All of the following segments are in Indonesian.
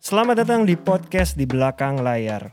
Selamat datang di podcast Di Belakang Layar.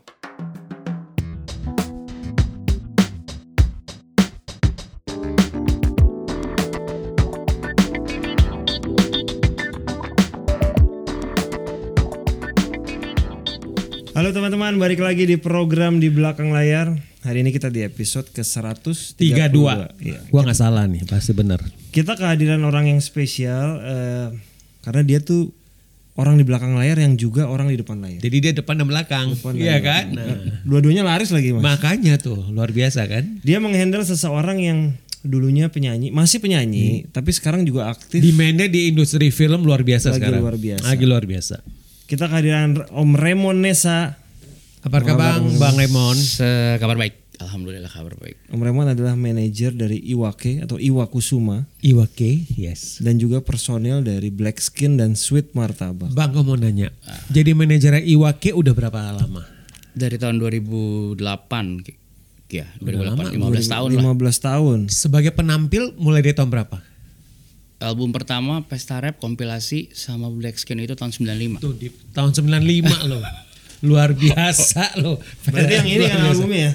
Halo teman-teman, balik lagi di program Di Belakang Layar. Hari ini kita di episode ke-132. Ya, gua nggak salah nih, pasti benar. Kita kehadiran orang yang spesial karena dia tuh orang di belakang layar yang juga orang di depan layar. Jadi dia depan dan belakang, iya kan? Nah, dua-duanya laris lagi, Mas. makanya tuh luar biasa kan? Dia menghandle seseorang yang dulunya penyanyi, masih penyanyi, tapi sekarang juga aktif. Demandnya di industri film luar biasa Lagi sekarang. Lagi luar biasa. Kita kehadiran Om Raymond Nesa. Apa kabar Bang Raymond? Kabar baik. Alhamdulillah kabar baik. Om Raymond adalah manajer dari Iwake atau Iwakusuma Iwake, yes. dan juga personel dari Black Skin dan Sweet Martabak. Bang, gue mau nanya. Jadi manajernya Iwake udah berapa lama? Dari tahun 2008 ya, 2008 15 tahun lah. 15 tahun. Sebagai penampil mulai dari tahun berapa? Album pertama Pesta Rap kompilasi sama Black Skin itu tahun 95. Tuh di tahun 95 loh. Luar biasa loh. Berarti yang ini kan albumnya ya?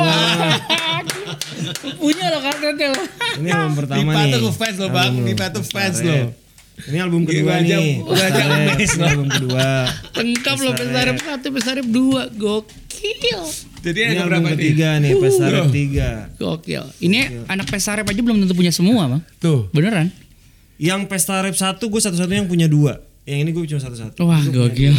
Punya lo kartetnya lo. Ini album pertama nih. Dipatu fans loh Bang, dipatu fans loh. Ini album kedua nih. Udah aja mes Ini album kedua. Lengkap lo Pesta Rap 1, Pesta Rap 2. Gokil. Jadi Ini ada album berapa ketiga nih, Pesta Rap 3. Gokil. Ini anak Pesta Rap aja belum tentu punya semua, Bang. Tuh. Beneran? Yang Pesta Rap 1 gue satu-satunya yang punya 2. Yang ini gue cuma satu-satu. Wah, gokil.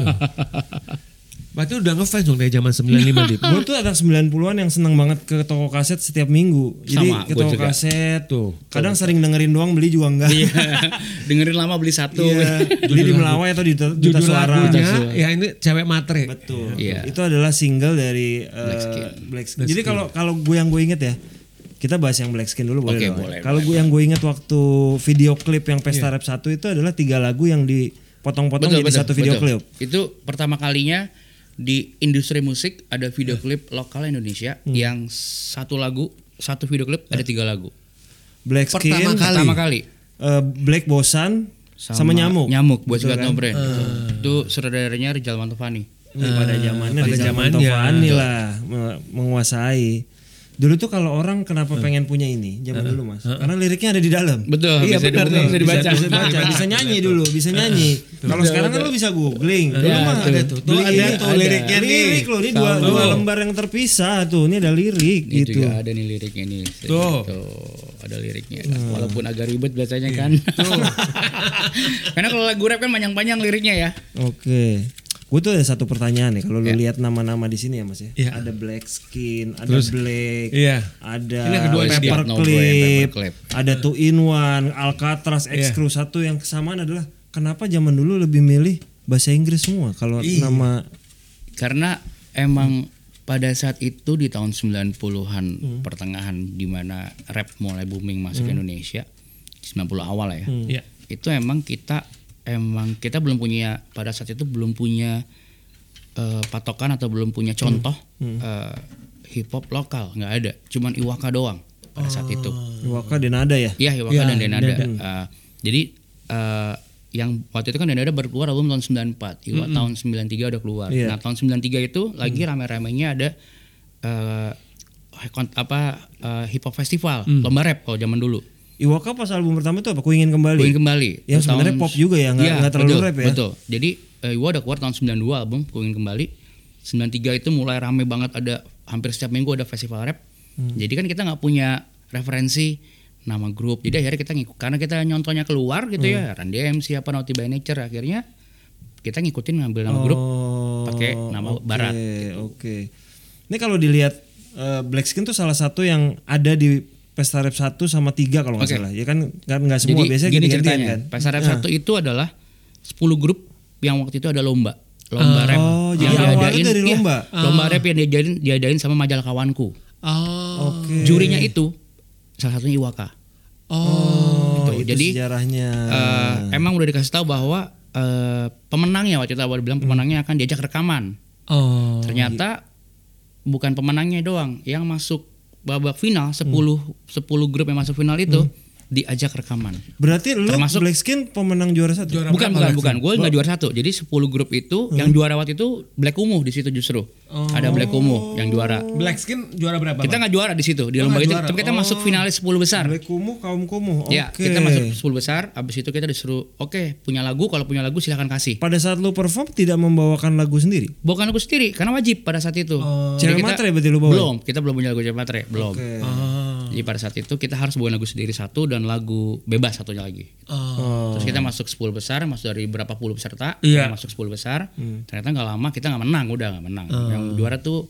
Berarti udah ngefans dong dari zaman 95 Dip. Gue tuh anak 90-an yang seneng banget ke toko kaset setiap minggu. Jadi Sama, ke gua toko juga. kaset Tuh. kadang sering dengerin doang, beli juga enggak. Iya. Dengerin lama beli satu. Iya, beli di Melawai atau di Duta Judul Suara. lagunya ya ini cewek matre. Betul. Iya. Itu adalah single dari Black Skin. Jadi kalau gue yang gue inget ya, kita bahas yang Black Skin dulu boleh Oke, dong. boleh, Kalau gue yang gue inget waktu video klip yang Pesta Rap 1 itu adalah 3 lagu yang dipotong-potong jadi satu video klip. Itu pertama kalinya di industri musik ada video klip lokal Indonesia yang satu video klip ada 3 lagu. Black Skin, Pertama kali. Black Bosan sama Nyamuk. Nyamuk buat Betul Got kan? No Brain. Itu sutradaranya Rizal Mantovani. Pada zamannya pada di zaman zamannya. Tovani lah menguasai. Dulu tuh kalau orang kenapa pengen punya ini zaman dulu Mas? Karena liriknya ada di dalam. Betul, Iya, benar nih. bisa dibaca. Bisa nyanyi dulu, bisa nyanyi. Kalau sekarang kan lu bisa googling. Dulu mah ada tuh. Tuh ada tuh liriknya nih. Lirik loh, ini dua lembar yang terpisah tuh. Ini ada lirik Ini gitu. juga ada nih liriknya nih. Tuh. Ada liriknya. Walaupun agak ribet biasanya kan. Karena kalau lagu rap kan panjang-panjang liriknya ya. Oke. Gue tuh ada satu pertanyaan nih. Kalau lu lihat nama-nama di sini ya Mas ya. Iya. Ada Black Skin, ada Terus, Black, iya. ada Ini yang kedua nih, Paperclip, Paperclip. ada Two in One, Alcatraz, X-Crew. Satu yang kesamaan adalah kenapa zaman dulu lebih milih bahasa Inggris semua kalau nama. Karena emang pada saat itu di tahun 90-an pertengahan di mana rap mulai booming masuk ke Indonesia, 90 awal lah ya. Iya. Itu emang kita belum punya, pada saat itu belum punya patokan atau belum punya contoh hip hop lokal, nggak ada, cuman Iwaka doang pada saat itu. Iwaka dan Nada ya. Iya, Iwaka dan Denada. Jadi yang waktu itu kan Denada baru keluar album tahun 94, Iwaka tahun 93 udah keluar. Iya. Nah tahun 93 itu lagi rame-ramenya ada hip hop festival, lomba rap kalau zaman dulu. Iwaka pas album pertama itu apa? Ku Ingin Kembali. Ku Ingin Kembali. Yang sebenarnya pop juga ya, nggak terlalu betul, rap ya. Betul. Jadi Iwa udah keluar tahun 92 album Ku Ingin Kembali. 93 itu mulai rame banget, ada hampir setiap minggu ada festival rap. Jadi kan kita nggak punya referensi nama grup. Jadi akhirnya kita ngikut, karena kita nyontohnya keluar gitu ya. Run DMC apa Naughty by Nature, akhirnya kita ngikutin ngambil nama grup pakai nama barat. Oke. Ini kalau dilihat Black Skin tuh salah satu yang ada di Pesta Rap 1 sama 3 kalau nggak salah. Ya kan nggak semua, Jadi biasanya gini ganti-gantian ceritanya. kan. Pesta Rap 1 itu adalah 10 grup yang waktu itu ada lomba rap. jadi yang awalnya dari lomba. Lomba rap yang diadain sama majalah Kawanku. Oke. Jurinya itu salah satunya Iwaka. Oh, Gitu. itu Jadi sejarahnya. Emang udah dikasih tahu bahwa pemenangnya waktu itu awal bilang pemenangnya akan diajak rekaman. Ternyata bukan pemenangnya doang yang masuk babak final, 10 grup yang masuk final itu diajak rekaman. Berarti lu Termasuk- Black Skin pemenang juara 1. Bukan. Gue nggak juara 1. Jadi 10 grup itu yang juara waktu itu Black Ungu di situ justru. Ada Black Ungu yang juara. Black Skin juara berapa? Kita Bang? nggak juara di situ di lomba nggak itu, juara. tapi kita masuk finalis 10 besar. Black Kumuh, kaum kumuh. Oke. Ya, kita masuk 10 besar. Abis itu kita disuruh, oke, punya lagu. Kalau punya lagu silahkan kasih. Pada saat lu perform tidak membawakan lagu sendiri. Bukan lagu sendiri, karena wajib pada saat itu. Cewek Jadi Matre berarti lu bawa? Belum, kita belum punya lagu Cewek Matre, belum. Oke. Jadi pada saat itu kita harus bawa lagu sendiri satu dan lagu bebas satunya lagi. Oh. Terus kita masuk 10 besar, masuk dari berapa puluh peserta, Iya. kita masuk 10 besar. Ternyata nggak lama kita nggak menang, udah nggak menang. Yang juara tuh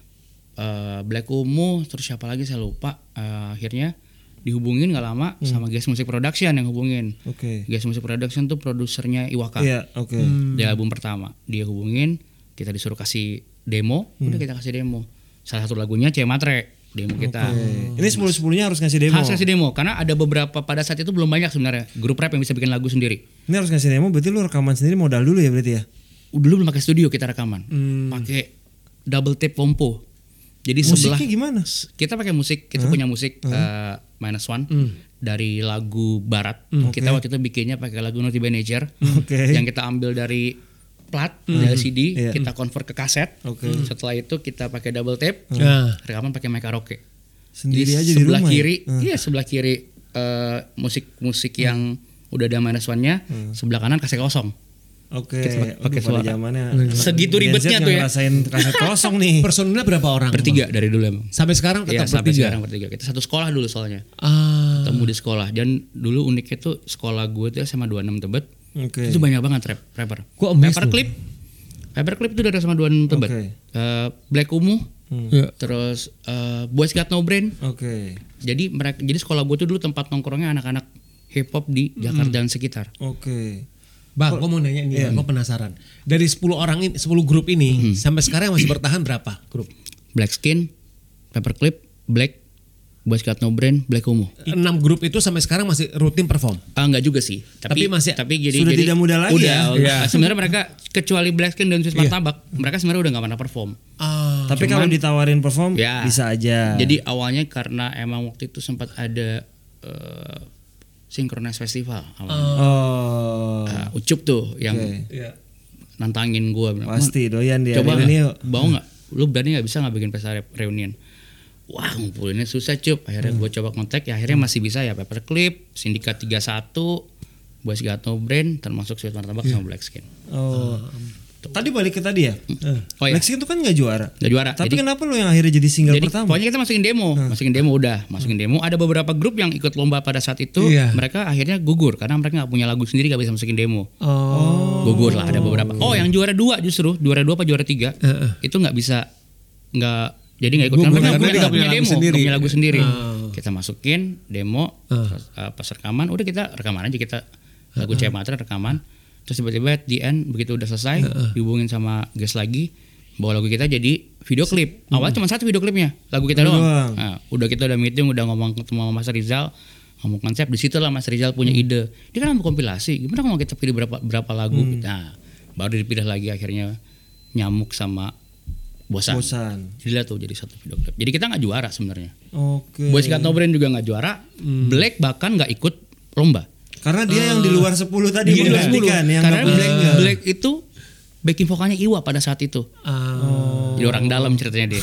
Black Ungu, terus siapa lagi saya lupa. Akhirnya dihubungin nggak lama sama Guys Music Production yang hubungin. Oke. Guys Music Production tuh produsernya Iwaka. Iya, oke. Di album pertama dia hubungin, kita disuruh kasih demo, udah kita kasih demo. Salah satu lagunya Cewek Matre, demo kita. Ini 10-10-nya harus ngasih demo. Harus kasih demo karena ada beberapa pada saat itu belum banyak sebenarnya grup rap yang bisa bikin lagu sendiri. Ini harus ngasih demo berarti lu rekaman sendiri modal dulu ya berarti ya. Dulu belum pakai studio kita rekaman, pakai double tape pompo. Jadi sebelah Musiknya gimana? kita pakai musik, kita punya musik minus one dari lagu barat. Kita waktu itu bikinnya pakai lagu Naughty by Nature Oke. yang kita ambil dari plat dari CD, Iya. kita convert ke kaset. Oke. Setelah itu kita pakai double tape, Nah. rekaman pakai mic karaoke. Sendiri Jadi aja di sebelah rumah. kiri, Ya? iya sebelah kiri musik yang udah ada minus one-nya, sebelah kanan kaset kosong. Oke. Kita pakai Aduh, pada suara. zamannya Segitu Gen Z ribetnya nggak tuh ya. ngerasain kaset kosong nih. Personilnya berapa orang? Bertiga dari dulu emang. Sampai sekarang Iya, tetap sampai bertiga. sekarang bertiga. Kita satu sekolah dulu soalnya. Ah. Ketemu di sekolah, dan dulu uniknya tuh sekolah gue tuh SMA 26 Tebet. Oke. Itu banyak banget rapper. Gua amazed Paperclip itu dari SMA 26 Tebet. Oke. Black Ungu, Ya. terus Boys Got No Brain. Oke. Jadi sekolah gue tuh dulu tempat nongkrongnya anak-anak hip hop di Jakarta dan sekitar. Oke. Bang, gue mau nanya ini, gue penasaran. Dari 10 orang ini, 10 grup ini, sampai sekarang yang masih bertahan berapa grup? Black Skin, Paperclip, Black, Boys Got No Brain, Black Ungu. 6 grup itu sampai sekarang masih rutin perform. Enggak juga sih, Tapi masih- sudah tidak muda lagi ya? Udah. Sebenarnya mereka kecuali Black Skin dan Swiss Martabak, mereka sebenarnya udah nggak pernah perform. Tapi kalau ditawarin perform Ya. bisa aja. Jadi awalnya karena emang waktu itu sempat ada Synchronize Festival. Oh. Ucup tuh yang Oke. Iya. nantangin gue. Pasti doyan dia. Coba ini yuk. mau nggak? Lu berani nggak bisa nggak bikin pesta reunion? Wah, ngumpulinnya susah cup. Akhirnya gue coba kontak, ya akhirnya masih bisa ya. Paperclip, Sindikat 31, Boys Got No Brain, termasuk Sweet Martabak sama Black Skin. Oh. Tadi balik ke tadi ya. Oh ya, Black Skin itu kan nggak juara. nggak juara. Tapi Jadi- kenapa lu yang akhirnya jadi single Jadi pertama? pokoknya kita masukin demo udah, masukin demo. Ada beberapa grup yang ikut lomba pada saat itu, Iya. mereka akhirnya gugur karena mereka nggak punya lagu sendiri, nggak bisa masukin demo. Oh. Gugur lah, ada beberapa. Oh, yang juara 2 justru, juara 2 apa juara 3 itu nggak bisa, jadi nggak ikut Gugur karena karena mereka dia nggak punya nggak demo, punya nggak lagu punya lagu sendiri. Oh. Kita masukin demo, pas rekaman, udah kita rekaman aja kita lagu Cewek Matre rekaman. Terus tiba-tiba at the end begitu udah selesai, dihubungin sama guys lagi, bawa lagu kita jadi video klip. Awalnya cuma satu video klipnya, lagu kita doang. Nah, kita udah meeting, udah ngomong ketemu sama Mas Rizal, ngomong konsep. Di situ lah Mas Rizal punya ide. Dia kan mau kompilasi, gimana kalau kita pilih berapa lagu? Nah, baru dipilih lagi akhirnya Nyamuk sama Bosan. Jadi lah tuh jadi satu video klip. Jadi kita nggak juara sebenarnya. Oke. Boys Got No Brain juga nggak juara. Black bahkan nggak ikut lomba. Karena dia yang di luar 10 tadi Di luar 10. menggantikan yang Karena nggak punya. Black itu backing vokalnya Iwa pada saat itu. Jadi orang dalam ceritanya dia.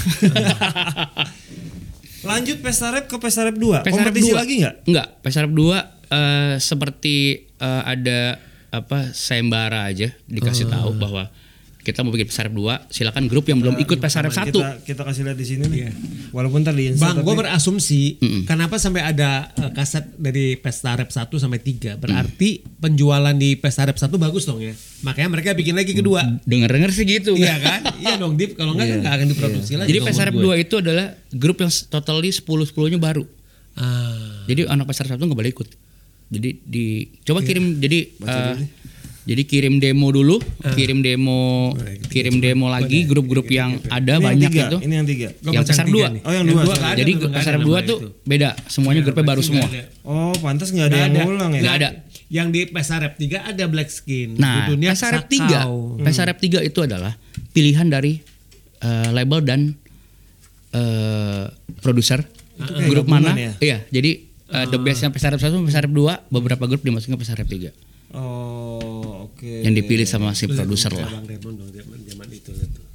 Lanjut Pesta Rap ke Pesta Rap 2. Pesta Rap Kompetisi 2. lagi nggak? Enggak, Pesta Rap 2 seperti ada sayembara aja dikasih tahu bahwa kita mau bikin Pesta Rap 2, silakan grup yang belum ikut Pesta Rap 1. Kita kasih lihat di sini nih. Walaupun tadi Insta, Bang, gue tapi- berasumsi kenapa sampai ada kaset dari Pesta Rap 1 sampai 3. Berarti penjualan di Pesta Rap 1 bagus dong ya. Makanya mereka bikin lagi kedua. Dengar-dengar sih gitu. Iya kan? Iya dong, Dip. Kalau enggak kan enggak akan diproduksi lagi. Jadi dong Pesta Rap menurut gue. 2 itu adalah grup yang totally 10-10-nya baru. Ah. Jadi anak Pesta Rap 1 enggak boleh ikut. Jadi coba kirim jadi kirim demo dulu, kirim demo lagi grup-grup yang ada Ini banyak yang 3, itu. ini yang 3. Gua Yang baca Pesta Rap 2. tiga nih. Oh, yang dua. nggak ada, Jadi nggak Pesta ada Rap 2 namanya tuh itu. beda, semuanya grupnya baru semua. Oh, pantas nggak ada yang ngulang ya? Nggak ada. Yang di Pesta Rap 3 ada Black Skin. Nah, Judulnya Pesta Rap Sakau. 3, Pesta Rap 3 itu adalah pilihan dari label dan produser grup gabungan mana? ya? Iya, jadi The best-nya Pesta Rap 1 sampai Pesta Rap 2, beberapa grup dimasukin ke Pesta Rap 3. Oh, oke. Yang dipilih sama si produser lah. Bang Raymond dong zaman itu tuh.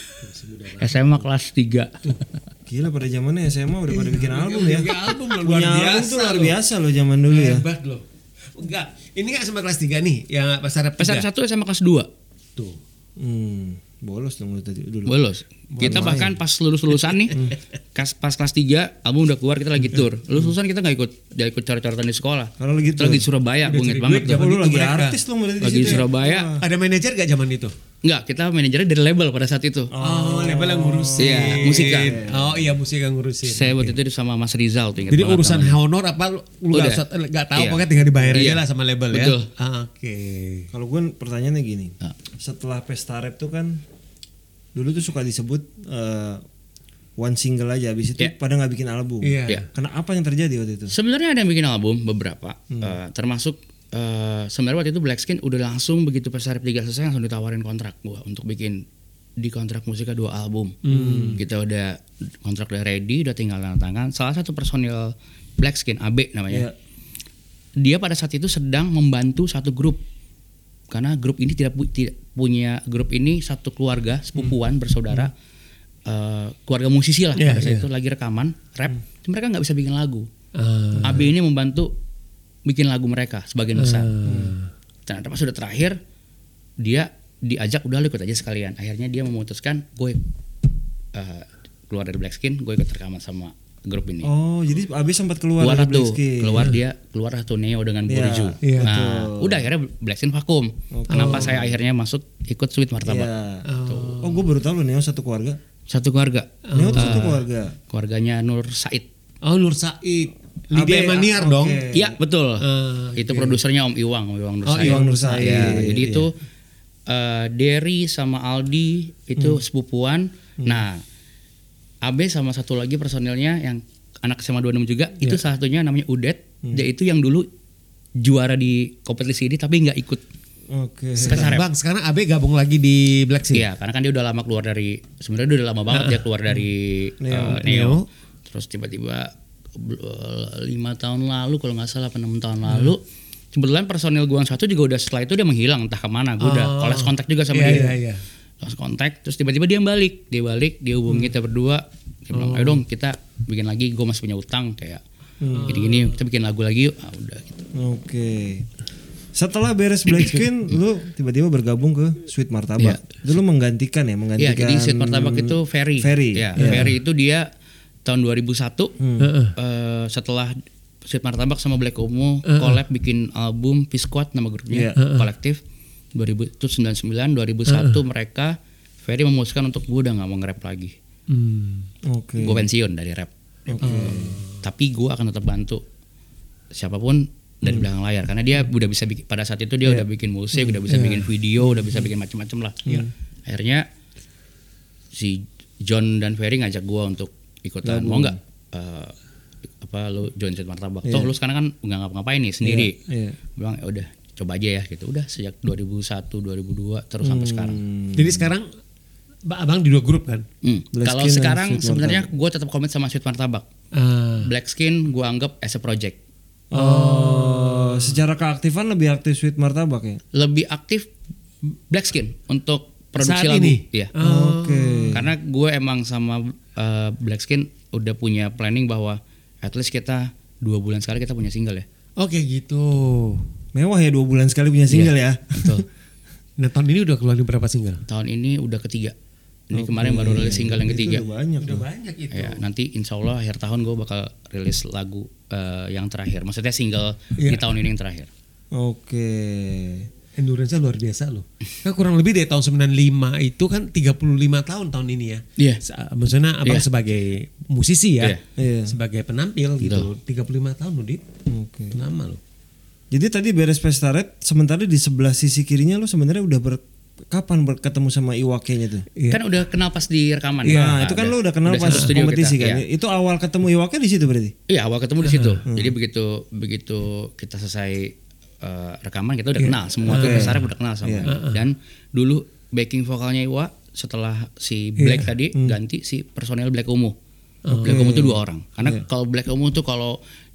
SMA kelas 3. Gila pada zamannya SMA udah pada bikin album ya. Bikin album loh, Punya luar album biasa tuh luar loh. biasa loh zaman dulu ya. Hebat loh. Enggak, ini kan sama kelas 3 nih, yang Pesta Rap 3. Pesta Rap 1 SMA kelas 2. Tuh. Bolos dong lu tadi dulu. Bolos. Kita bahkan pas lulus-lulusan nih, pas kelas 3 album udah keluar kita lagi tour. Lulus-lulusan kita nggak ikut coret-coretan di sekolah. Kalau lagi Kita lagi di Surabaya, gue inget banget tuh. Oh, lu lagi mereka. artis dong berarti di Lagi di situ ya? Surabaya. Ada manajer gak zaman itu? Enggak, kita manajernya dari label pada saat itu. Oh, label yang ngurusin. Iya, musika. Oh iya, musik yang ngurusin. Saya waktu itu sama Mas Rizal tuh inget Jadi banget urusan namanya. honor apa lu Udah. gak tahu, Iya. pokoknya tinggal dibayar aja Iya. lah sama label Betul. ya. Oke. Kalau gue pertanyaannya gini, Ah. setelah Pesta Rap tuh kan dulu tuh suka disebut one single aja, habis itu Iya. pada nggak bikin album. Iya. Iya. Karena apa yang terjadi waktu itu? Sebenarnya ada yang bikin album beberapa, termasuk sebenarnya waktu itu Blackskin udah langsung begitu Pesta Rap 3 selesai langsung ditawarin kontrak gua untuk bikin di kontrak musiknya 2 album. Kita udah kontrak udah ready, udah tinggal tanda tangan. Salah satu personil Blackskin, AB namanya. Iya. Dia pada saat itu sedang membantu satu grup. Karena grup ini tidak punya grup ini satu keluarga, sepupuan, bersaudara. Keluarga musisi lah Iya, pada saat iya. itu lagi rekaman rap, mereka nggak bisa bikin lagu. Ah. AB ini membantu bikin lagu mereka sebagian besar. Ternyata pas sudah terakhir dia diajak udah lu ikut aja sekalian. Akhirnya dia memutuskan gue keluar dari Blackskin, gue ikut rekaman sama grup ini. Oh, jadi AB sempat keluar Keluar dari tuh, Blackskin. keluar satu Neo dengan Iya, Burju. iya. Nah, udah akhirnya Blackskin vakum. Kenapa saya akhirnya masuk ikut Sweet Martabak? Iya. Oh, gue baru tahu loh Neo satu keluarga. Satu keluarga. Neo tuh satu keluarga. Keluarganya Nur Said. Oh, Nur Said. Lydia AB, Maniar oke. dong. Iya, betul. Itu produsernya Om Iwang Nur Said. Iwang Nur Said. Ya, jadi Iya. itu Derry sama Aldi itu sepupuan. Nah, AB sama satu lagi personilnya yang anak SMA 26 juga, itu salah satunya namanya Udet. Dia itu yang dulu juara di kompetisi ini tapi nggak ikut. Oke. Pesta Rap. Bang, sekarang AB gabung lagi di Blackskin. Iya, karena kan dia udah lama keluar dari, sebenarnya dia udah lama banget dia keluar dari Neo. Neo. Terus tiba-tiba 5 tahun lalu kalau nggak salah, 6 tahun lalu, kebetulan personil gua yang satu juga udah setelah itu dia menghilang entah kemana. Gua udah koles kontak juga sama dia. Iya. Lost kontak, terus tiba-tiba dia balik, dia hubungi kita berdua. Dia bilang, ayo dong kita bikin lagi, gue masih punya utang kayak gini-gini, kita bikin lagu lagi yuk. Ah, udah gitu. Oke. Setelah beres Blackskin, lu tiba-tiba bergabung ke Sweet Martabak. Dulu menggantikan ya, Iya, menggantikan. jadi Sweet Martabak itu Ferry. Ferry. Ya, Iya. Ferry itu dia tahun 2001 setelah Sweet Martabak sama Black Omo collab bikin album P-Squad nama grupnya, kolektif. 1999 2001 mereka Ferry memutuskan untuk gue udah nggak mau nge-rap lagi. Oke. Gue pensiun dari rap. Tapi gue akan tetap bantu siapapun dari belakang layar karena dia udah bisa bikin, pada saat itu dia udah bikin musik, udah bisa bikin video, udah bisa bikin macam-macam lah. Akhirnya si John dan Ferry ngajak gue untuk ikutan, mau nggak lu join Sweet Martabak? Toh lu sekarang kan nggak ngapa-ngapain nih sendiri. Iya. Bilang ya udah coba aja ya gitu. Udah sejak 2001 2002 terus sampai sekarang. Jadi sekarang Abang di 2 grup kan? Blackskin Kalau dan sekarang Sweet sebenarnya gue tetap komit sama Sweet Martabak. Blackskin gue anggap as a project. Oh, secara keaktifan lebih aktif Sweet Martabak ya? Lebih aktif Blackskin untuk produksi Saat lagu. ini? Iya. Oke. Karena gue emang sama Blackskin udah punya planning bahwa at least kita 2 bulan sekali kita punya single ya. Oke gitu. Mewah ya 2 bulan sekali punya single ya. Betul. Nah tahun ini udah keluarin berapa single? Tahun ini udah ketiga. Ini kemarin baru rilis single yang ketiga. Itu udah banyak. Udah loh. banyak itu. Ya, nanti insya Allah akhir tahun gue bakal rilis lagu yang terakhir. Maksudnya single di tahun ini yang terakhir. Oke. Endurance-nya luar biasa loh. Kan kurang lebih dari tahun 95 itu kan 35 tahun ini ya. Iya. Maksudnya Abang Iya. sebagai musisi ya. Iya. Iya. Sebagai penampil gitu. 35 tahun loh Dit. Oke. Lama loh. Jadi tadi beres Pesta Rap, sementara di sebelah sisi kirinya lu sebenarnya udah kapan ketemu sama Iwake-nya tuh? Iya. Kan udah kenal pas di rekaman. Nah, itu kan lu udah kenal pas satu studio kompetisi kita, kan? iya. Itu awal ketemu Iwake di situ berarti? Iya, awal ketemu di situ. Jadi begitu kita selesai rekaman kita udah kenal semua tuh Pesta Rap udah kenal sama. Dan dulu backing vokalnya Iwa setelah si Black tadi ganti si personel Black Omo. Black Omo tuh 2 orang. Karena kalau Black Omo tuh kalau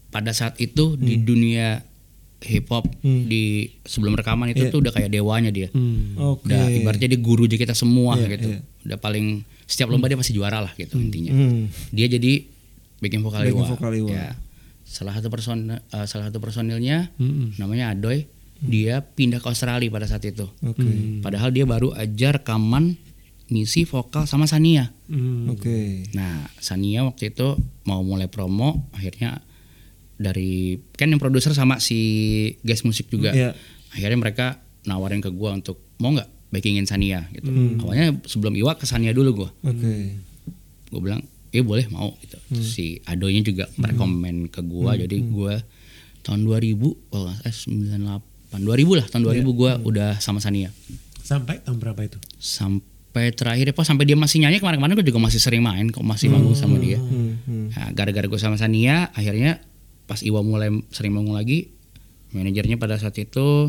pada saat itu di dunia hip hop di sebelum rekaman itu tuh udah kayak dewanya dia. Oke. Udah ibaratnya dia guru aja kita semua Iya, gitu. iya. Udah paling setiap lomba dia pasti juara lah gitu intinya. Dia jadi backing vokal Backing Iwa. vokal Iwa. Ya. Salah satu personilnya namanya Adoy. Dia pindah ke Australia pada saat itu. Oke. Padahal dia baru aja rekaman ngisi vokal sama Sania. Oke. Nah, Sania waktu itu mau mulai promo, akhirnya dari kan yang produser sama si guys musik juga. Iya. Akhirnya mereka nawarin ke gua untuk mau nggak backingin Sania gitu. Awalnya sebelum Iwa ke Sania dulu gua. Oke. Gua bilang, boleh mau gitu. Si Adoynya juga merekomen ke gua, jadi gua tahun 2000 98 2000 lah, tahun 2000 gua udah sama Sania. Sampai tahun berapa itu? Sampai terakhir sampai dia masih nyanyi kemarin-kemarin gue juga masih sering main kok, masih manggung sama dia. Nah, gara-gara gue sama Sania akhirnya pas Iwa mulai sering manggung lagi, manajernya pada saat itu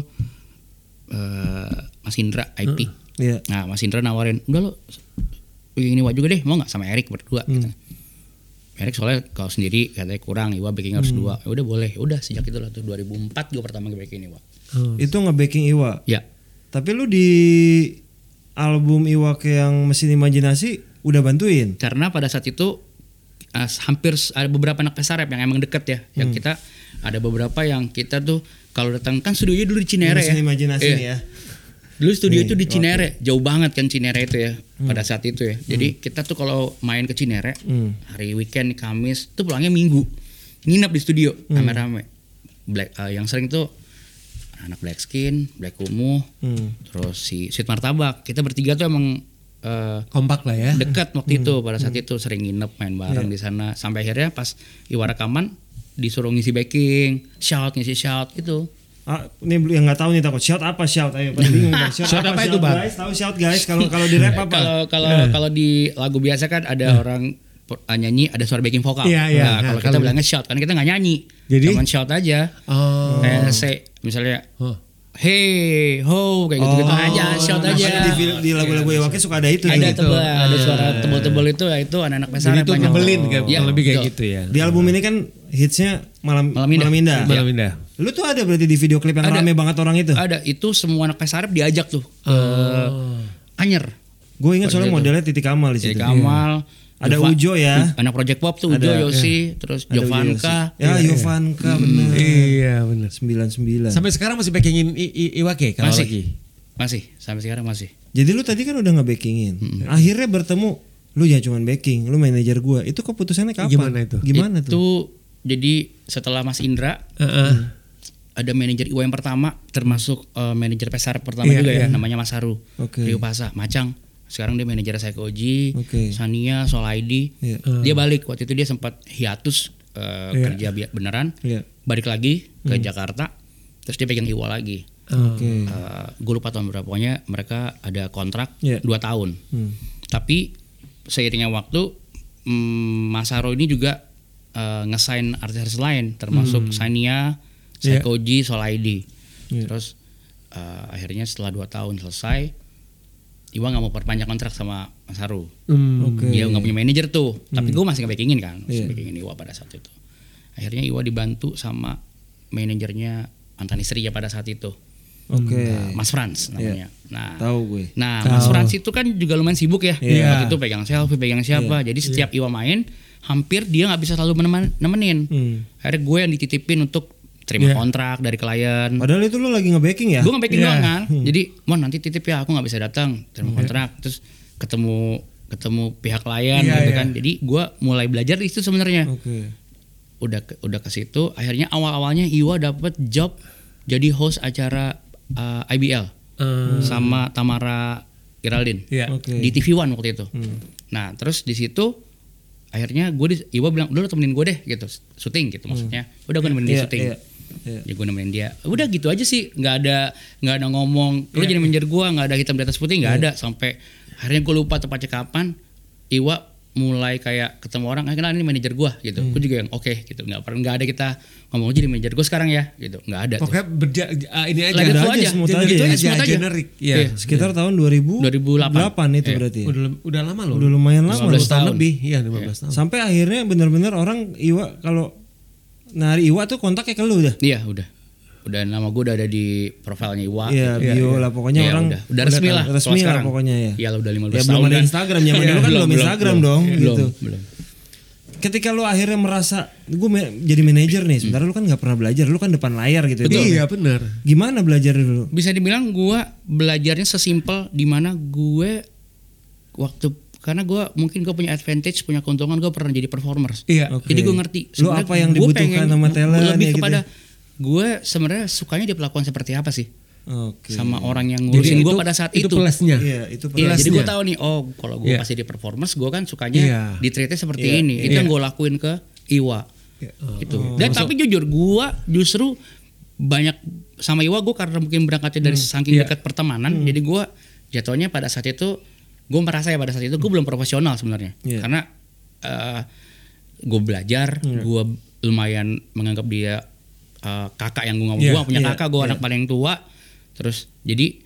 Mas Indra IP. Iya. Nah, Mas Indra nawarin, udah lo bikin Iwa juga deh, mau nggak sama Erik berdua gitu. Erik soalnya kalau sendiri katanya kurang, Iwa backing harus dua. Ya udah boleh. Udah sejak itu lah tuh 2004 gue pertama backing Iwa. Itu nge-backing Iwa. Ya. Tapi lu di album Iwa ke yang Mesin Imajinasi udah bantuin. Karena pada saat itu hampir ada beberapa anak pesarep yang emang deket ya. Yang kita ada beberapa yang kita tuh kalau datang kan studionya dulu di Cinere Mesin ya. Imajinasi Iya. nih ya. Dulu studio itu di Cinere, jauh banget kan Cinere itu ya pada saat itu ya. Jadi kita tuh kalau main ke Cinere hari weekend Kamis tuh pulangnya Minggu, nginep di studio rame-rame. Yang sering tuh anak Black Skin, Black Kumuh, terus si Sweet Martabak. Kita bertiga tuh emang Kompak lah ya. dekat waktu itu pada saat itu sering nginep main bareng di sana. Sampai akhirnya pas Iwa rekaman disuruh ngisi backing, ngisi shout gitu. Ini yang nggak tahu nih takut shout apa shout, ayo pada bingung bang. Shout apa itu, Bang? Guys, tahu shout guys, kalau di rap apa? Kalau di lagu biasa kan ada orang nyanyi ada suara backing vokal. Iya, iya. Nah, kalau kita bilangnya shout kan kita nggak nyanyi. Jadi? Cuman shout aja. Kayak say misalnya hey ho kayak gitu-gitu aja, shout aja. Makanya di lagu-lagu Iwake suka ada itu. Ada tuh. tebel, ada suara tebel-tebel itu ya itu anak-anak Jadi pesantren itu banyak. ngebelin kayak Iya, lebih kayak betul. gitu ya. Di album ini kan hitsnya Malam Indah. Indah. Malam Indah. Lu tuh ada berarti di video klip yang Ada. rame banget orang itu. Ada itu semua anak pesarep diajak tuh ke Anyer. Gue ingat soalnya Pada modelnya Titik Kamal di situ. Jadi Kamal, Ada Ujo ya. anak Project Pop tuh Ujo, Ada, Yosi, terus Ada Jovanka. Ujo Yosi. Ya, Jovanka bener. Iya benar. 99. Sampai sekarang masih backingin Iwake kalau Masih. lagi. Masih, sampai sekarang masih. Jadi lu tadi kan udah nge-backingin. Akhirnya bertemu, lu ya cuman backing, lu manajer gua. Itu keputusannya kapan? Gimana itu? Gimana tuh? Itu jadi setelah Mas Indra ada manajer Iwa yang pertama, termasuk manajer pesarep pertama Iya, juga ya, iya. namanya Mas Haru. Oke. Rio Pasa, Macang. Sekarang dia manajer Psychoji, Oke. Sania, Solaidi. Iya. Dia balik waktu itu dia sempat hiatus kerja beneran, Iya. balik lagi ke Jakarta, terus dia pegang Iwa lagi. Oke. Gue lupa tahun berapa, pokoknya mereka ada kontrak Iya. 2 tahun. Tapi seiringnya waktu Mas Haro ini juga nge-sign artis-artis lain termasuk Sania, Psychoji, Solaidi. Terus akhirnya setelah 2 tahun selesai, Iwa nggak mau perpanjang kontrak sama Mas Haru. Oke. Dia nggak punya manajer tuh, tapi gue masih nge-backingin kan, masih Iya. backingin Iwa pada saat itu. Akhirnya Iwa dibantu sama manajernya mantan istrinya pada saat itu. Oke. Mas Frans namanya. Nah, Tahu gue. nah Mas Frans itu kan juga lumayan sibuk ya. Iya. Waktu itu pegang selfie, pegang siapa. Jadi setiap Iwa main, hampir dia nggak bisa selalu nemenin. Akhirnya gue yang dititipin untuk terima kontrak dari klien. Padahal itu lu lagi nge-backing ya? Gue nge-backing doang kan. Jadi, Mon nanti titip ya, aku nggak bisa datang, terima kontrak. Terus ketemu pihak klien gitu kan. Jadi gue mulai belajar di situ sebenarnya. Oke. Udah ke situ. Akhirnya awal-awalnya Iwa dapet job jadi host acara IBL sama Tamara Geraldine Iya. Oke. di TV One waktu itu. Nah terus di situ akhirnya Iwa bilang udah lo temenin gue deh gitu, syuting gitu maksudnya. Udah gue nemenin dia syuting. Iya. Ya gue nemenin dia. Udah gitu aja sih, nggak ada ngomong. Lo jadi manajer gue, nggak ada hitam di atas putih, nggak ada. Sampai akhirnya gue lupa tepatnya kapan. Iwa mulai kayak ketemu orang, kenal ini manajer gue gitu. Gue juga yang oke gitu. Nggak ada kita ngomong jadi manajer gue sekarang ya gitu. Nggak ada. Pokoknya ini aja. Let it flow aja, aja, smooth gitu aja. aja, smooth aja. Generik. Iya. Sekitar tahun 2008 itu berarti. Udah lama loh. Udah lumayan lama. 15 tahun. lebih. Iya 15 tahun. Sampai akhirnya benar-benar orang Iwa kalau Nah hari Iwa tuh kontaknya ke lu dah. Iya udah nama gue udah ada di profilnya Iwa. Iya bio lah pokoknya Iya, orang udah resmi lah. Resmi kalau lah sekarang. pokoknya ya. Iya udah 15 Ya tahun belum ada kan. Instagram zaman dulu kan belum Instagram dong gitu. Belum. Ketika lu akhirnya merasa gue jadi manajer nih, sebenarnya lu kan nggak pernah belajar, lu kan depan layar gitu. Iya benar. Gimana belajar dulu? Bisa dibilang gue belajarnya sesimpel di mana gue karena gue mungkin gue punya advantage, punya keuntungan, gue pernah jadi performers. Iya. Oke. Jadi gue ngerti. Lu apa yang dibutuhkan sama talent lebih ya kepada gitu. gue sebenarnya sukanya diperlakukan seperti apa sih Oke. sama orang yang ngurusin gue pada saat itu. plusnya. Iya itu Iya, jadi gue plusnya. tahu nih, kalau gue Iya. pas jadi performers, gue kan sukanya Iya. di-treatnya seperti Iya, ini. Itu iya. yang gue lakuin ke Iwa. Iya. Gitu. Dan tapi jujur, gue justru banyak sama Iwa, gue karena mungkin berangkatnya dari saking Iya. dekat pertemanan, jadi gue jatuhnya pada saat itu, gue merasa ya pada saat itu gue belum profesional sebenarnya. Iya. Karena gue belajar, gue lumayan menganggap dia kakak yang gue Iya, punya iya, kakak, gue iya. anak paling tua. Terus jadi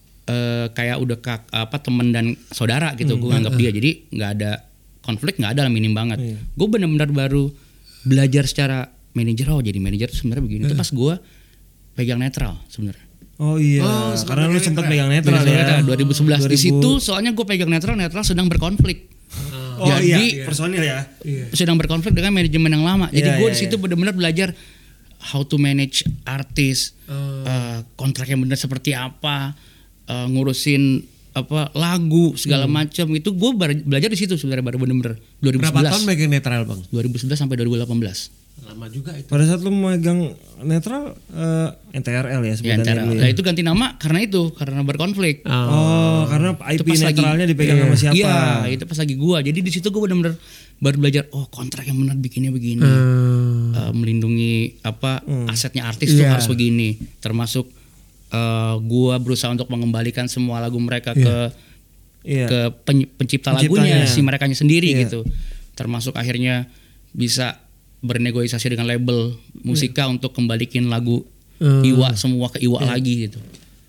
kayak udah temen dan saudara gitu, gue anggap dia. Jadi nggak ada konflik, nggak ada lah, minim banget. Iya. Gue benar-benar baru belajar secara manajer. Jadi manajer tuh sebenarnya begini. Itu pas gue pegang netral sebenarnya. Oh iya, karena lu sempat pegang netral ya. 2011 di situ, soalnya gue pegang netral sedang berkonflik. Oh Jadi iya, personil ya. sedang berkonflik dengan manajemen yang lama. Jadi Iya, gue iya, di situ benar-benar belajar how to manage artis, kontrak yang benar seperti apa, ngurusin lagu segala macam. Itu gue belajar di situ sebenarnya, baru benar-benar 2011. Berapa tahun megang netral bang? 2011 sampai 2018. Lama juga itu. Pada saat lu megang netral NTRL ya Ya, sebenarnya dulu ya. Nah itu ganti nama karena berkonflik. Oh, karena IP pas netralnya lagi- dipegang sama siapa? Iya, itu pas lagi gua. Jadi di situ gua benar-benar baru belajar. Kontrak yang benar bikinnya begini, melindungi asetnya artis tuh Iya. harus begini. Termasuk gua berusaha untuk mengembalikan semua lagu mereka ke Iya. pencipta Penciptanya. lagunya, si merekanya sendiri Iya. gitu. Termasuk akhirnya bisa bernegosiasi dengan label musika untuk kembalikin lagu Iwa semua ke Iwa lagi gitu.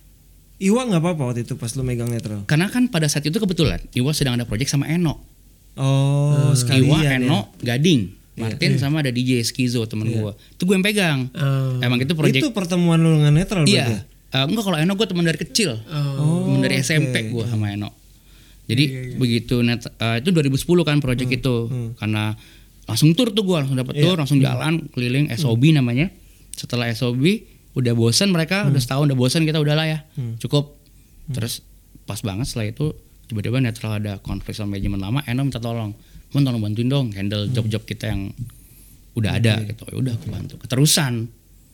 Iwa nggak apa-apa waktu itu pas lu megang netral. Karena kan pada saat itu kebetulan Iwa sedang ada project sama Eno. Oh, sekalian Iwa, ya. Eno, Gading, Martin sama ada DJ Skizo temen gua. Itu gue yang pegang. Emang itu project. Itu pertemuan lu dengan netral berarti. Iya. Enggak, kalau Eno gue teman dari kecil. Temen dari SMP gua sama Eno. Jadi begitu itu 2010 kan project itu. Karena langsung tur tuh gue, langsung dapet tur, langsung jalan keliling SOB namanya. Setelah SOB udah bosan mereka, udah setahun udah bosan, kita udahlah ya, cukup. Terus pas banget setelah itu tiba-tiba netral ada konflik sama manajemen lama, Eno minta tolong bantuin dong handle job-job kita yang udah ada gitu. Ya udah aku bantu. Keterusan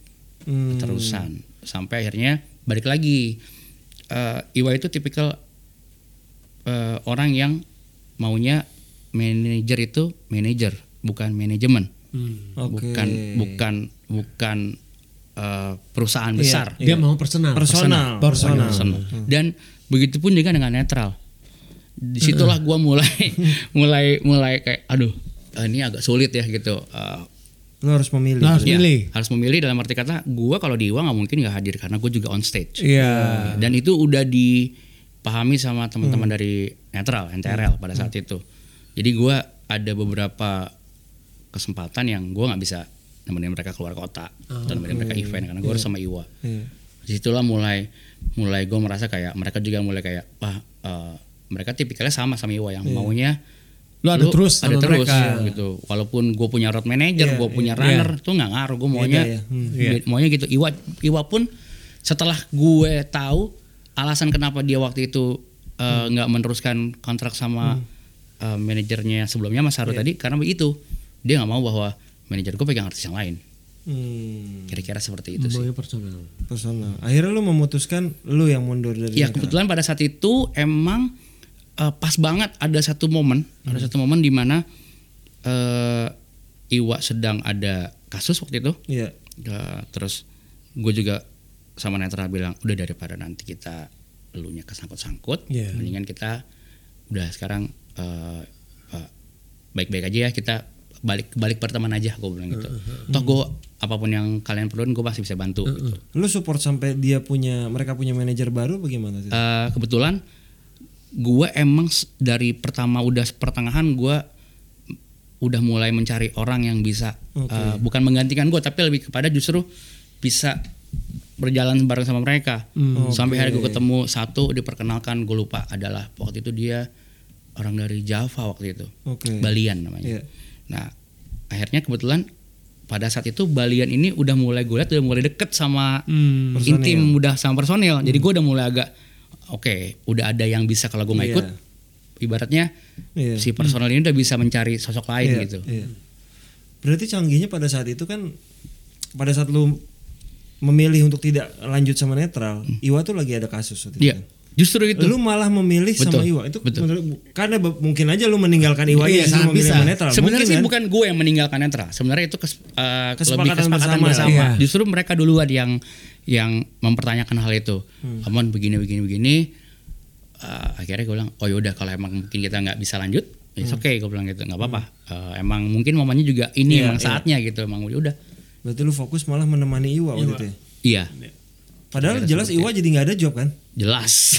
sampai akhirnya balik lagi. Iwa itu tipikal orang yang maunya manajer itu manajer, bukan manajemen. Oke. Bukan perusahaan besar. Dia mau personal. Personal. Personal. Dan begitupun juga dengan netral. Disitulah gue mulai kayak aduh, ini agak sulit ya gitu. Lu harus memilih. Lu harus Ya, milih. harus memilih dalam arti kata gue kalau di Iwa nggak mungkin nggak hadir karena gue juga on stage. Iya. Dan itu udah dipahami sama teman-teman dari netral NTRL pada saat itu. Jadi gue ada beberapa kesempatan yang gue nggak bisa nemenin mereka keluar kota atau nemenin mereka event karena gue harus sama Iwa. Disitulah mulai gue merasa kayak mereka juga mulai kayak mereka tipikalnya sama Iwa yang maunya Lu ada terus ada sama terus mereka. gitu. Walaupun gue punya road manager, gue punya runner, tuh nggak ngaruh. Gue maunya maunya gitu. Iwa pun setelah gue tahu alasan kenapa dia waktu itu nggak meneruskan kontrak sama manajernya sebelumnya Mas Haru tadi, karena begitu dia nggak mau bahwa manajer gue pegang artis yang lain. Kira-kira seperti itu sih. Maunya personal. Akhirnya lu memutuskan lu yang mundur dari Ya netral. kebetulan pada saat itu emang pas banget ada satu momen di mana Iwa sedang ada kasus waktu itu. Iya. Terus gue juga sama netral bilang udah daripada nanti kita elunya kesangkut-sangkut, mendingan kita udah sekarang baik-baik aja ya, kita balik perteman aja, gue bilang gitu. Toh gue apapun yang kalian perluin gue pasti bisa bantu gitu. Lu support sampai mereka punya manajer baru bagaimana sih? Kebetulan gue emang dari pertama udah pertengahan gue udah mulai mencari orang yang bisa bukan menggantikan gue, tapi lebih kepada justru bisa berjalan bareng sama mereka. Sampai hari gue ketemu satu, diperkenalkan, gue lupa adalah waktu itu dia orang dari Java waktu itu, Balian namanya. Nah akhirnya kebetulan pada saat itu Balian ini udah mulai gue lihat udah mulai deket sama intim, udah sama personil. Jadi gue udah mulai agak udah ada yang bisa kalau gue nggak ikut, ibaratnya si personil ini udah bisa mencari sosok lain gitu. Berarti canggihnya pada saat itu kan, pada saat lu memilih untuk tidak lanjut sama netral, Iwa tuh lagi ada kasus waktu itu. Justru itu. Lu malah memilih sama Iwa itu karena mungkin aja lu meninggalkan Iwa lu memilih sama netral. Sebenarnya sih bukan gue yang meninggalkan netral. Sebenarnya itu kesepakatan bersama. Justru mereka duluan yang mempertanyakan hal itu. Aman begini. Akhirnya gue bilang, oh yaudah kalau emang mungkin kita nggak bisa lanjut, it's okay, gue bilang gitu, nggak apa-apa. Emang mungkin momennya juga ini emang saatnya gitu, emang udah. Berarti lu fokus malah menemani Iwa waktu itu. Iya. Padahal jelas Iwa jadi nggak ada job kan? Jelas.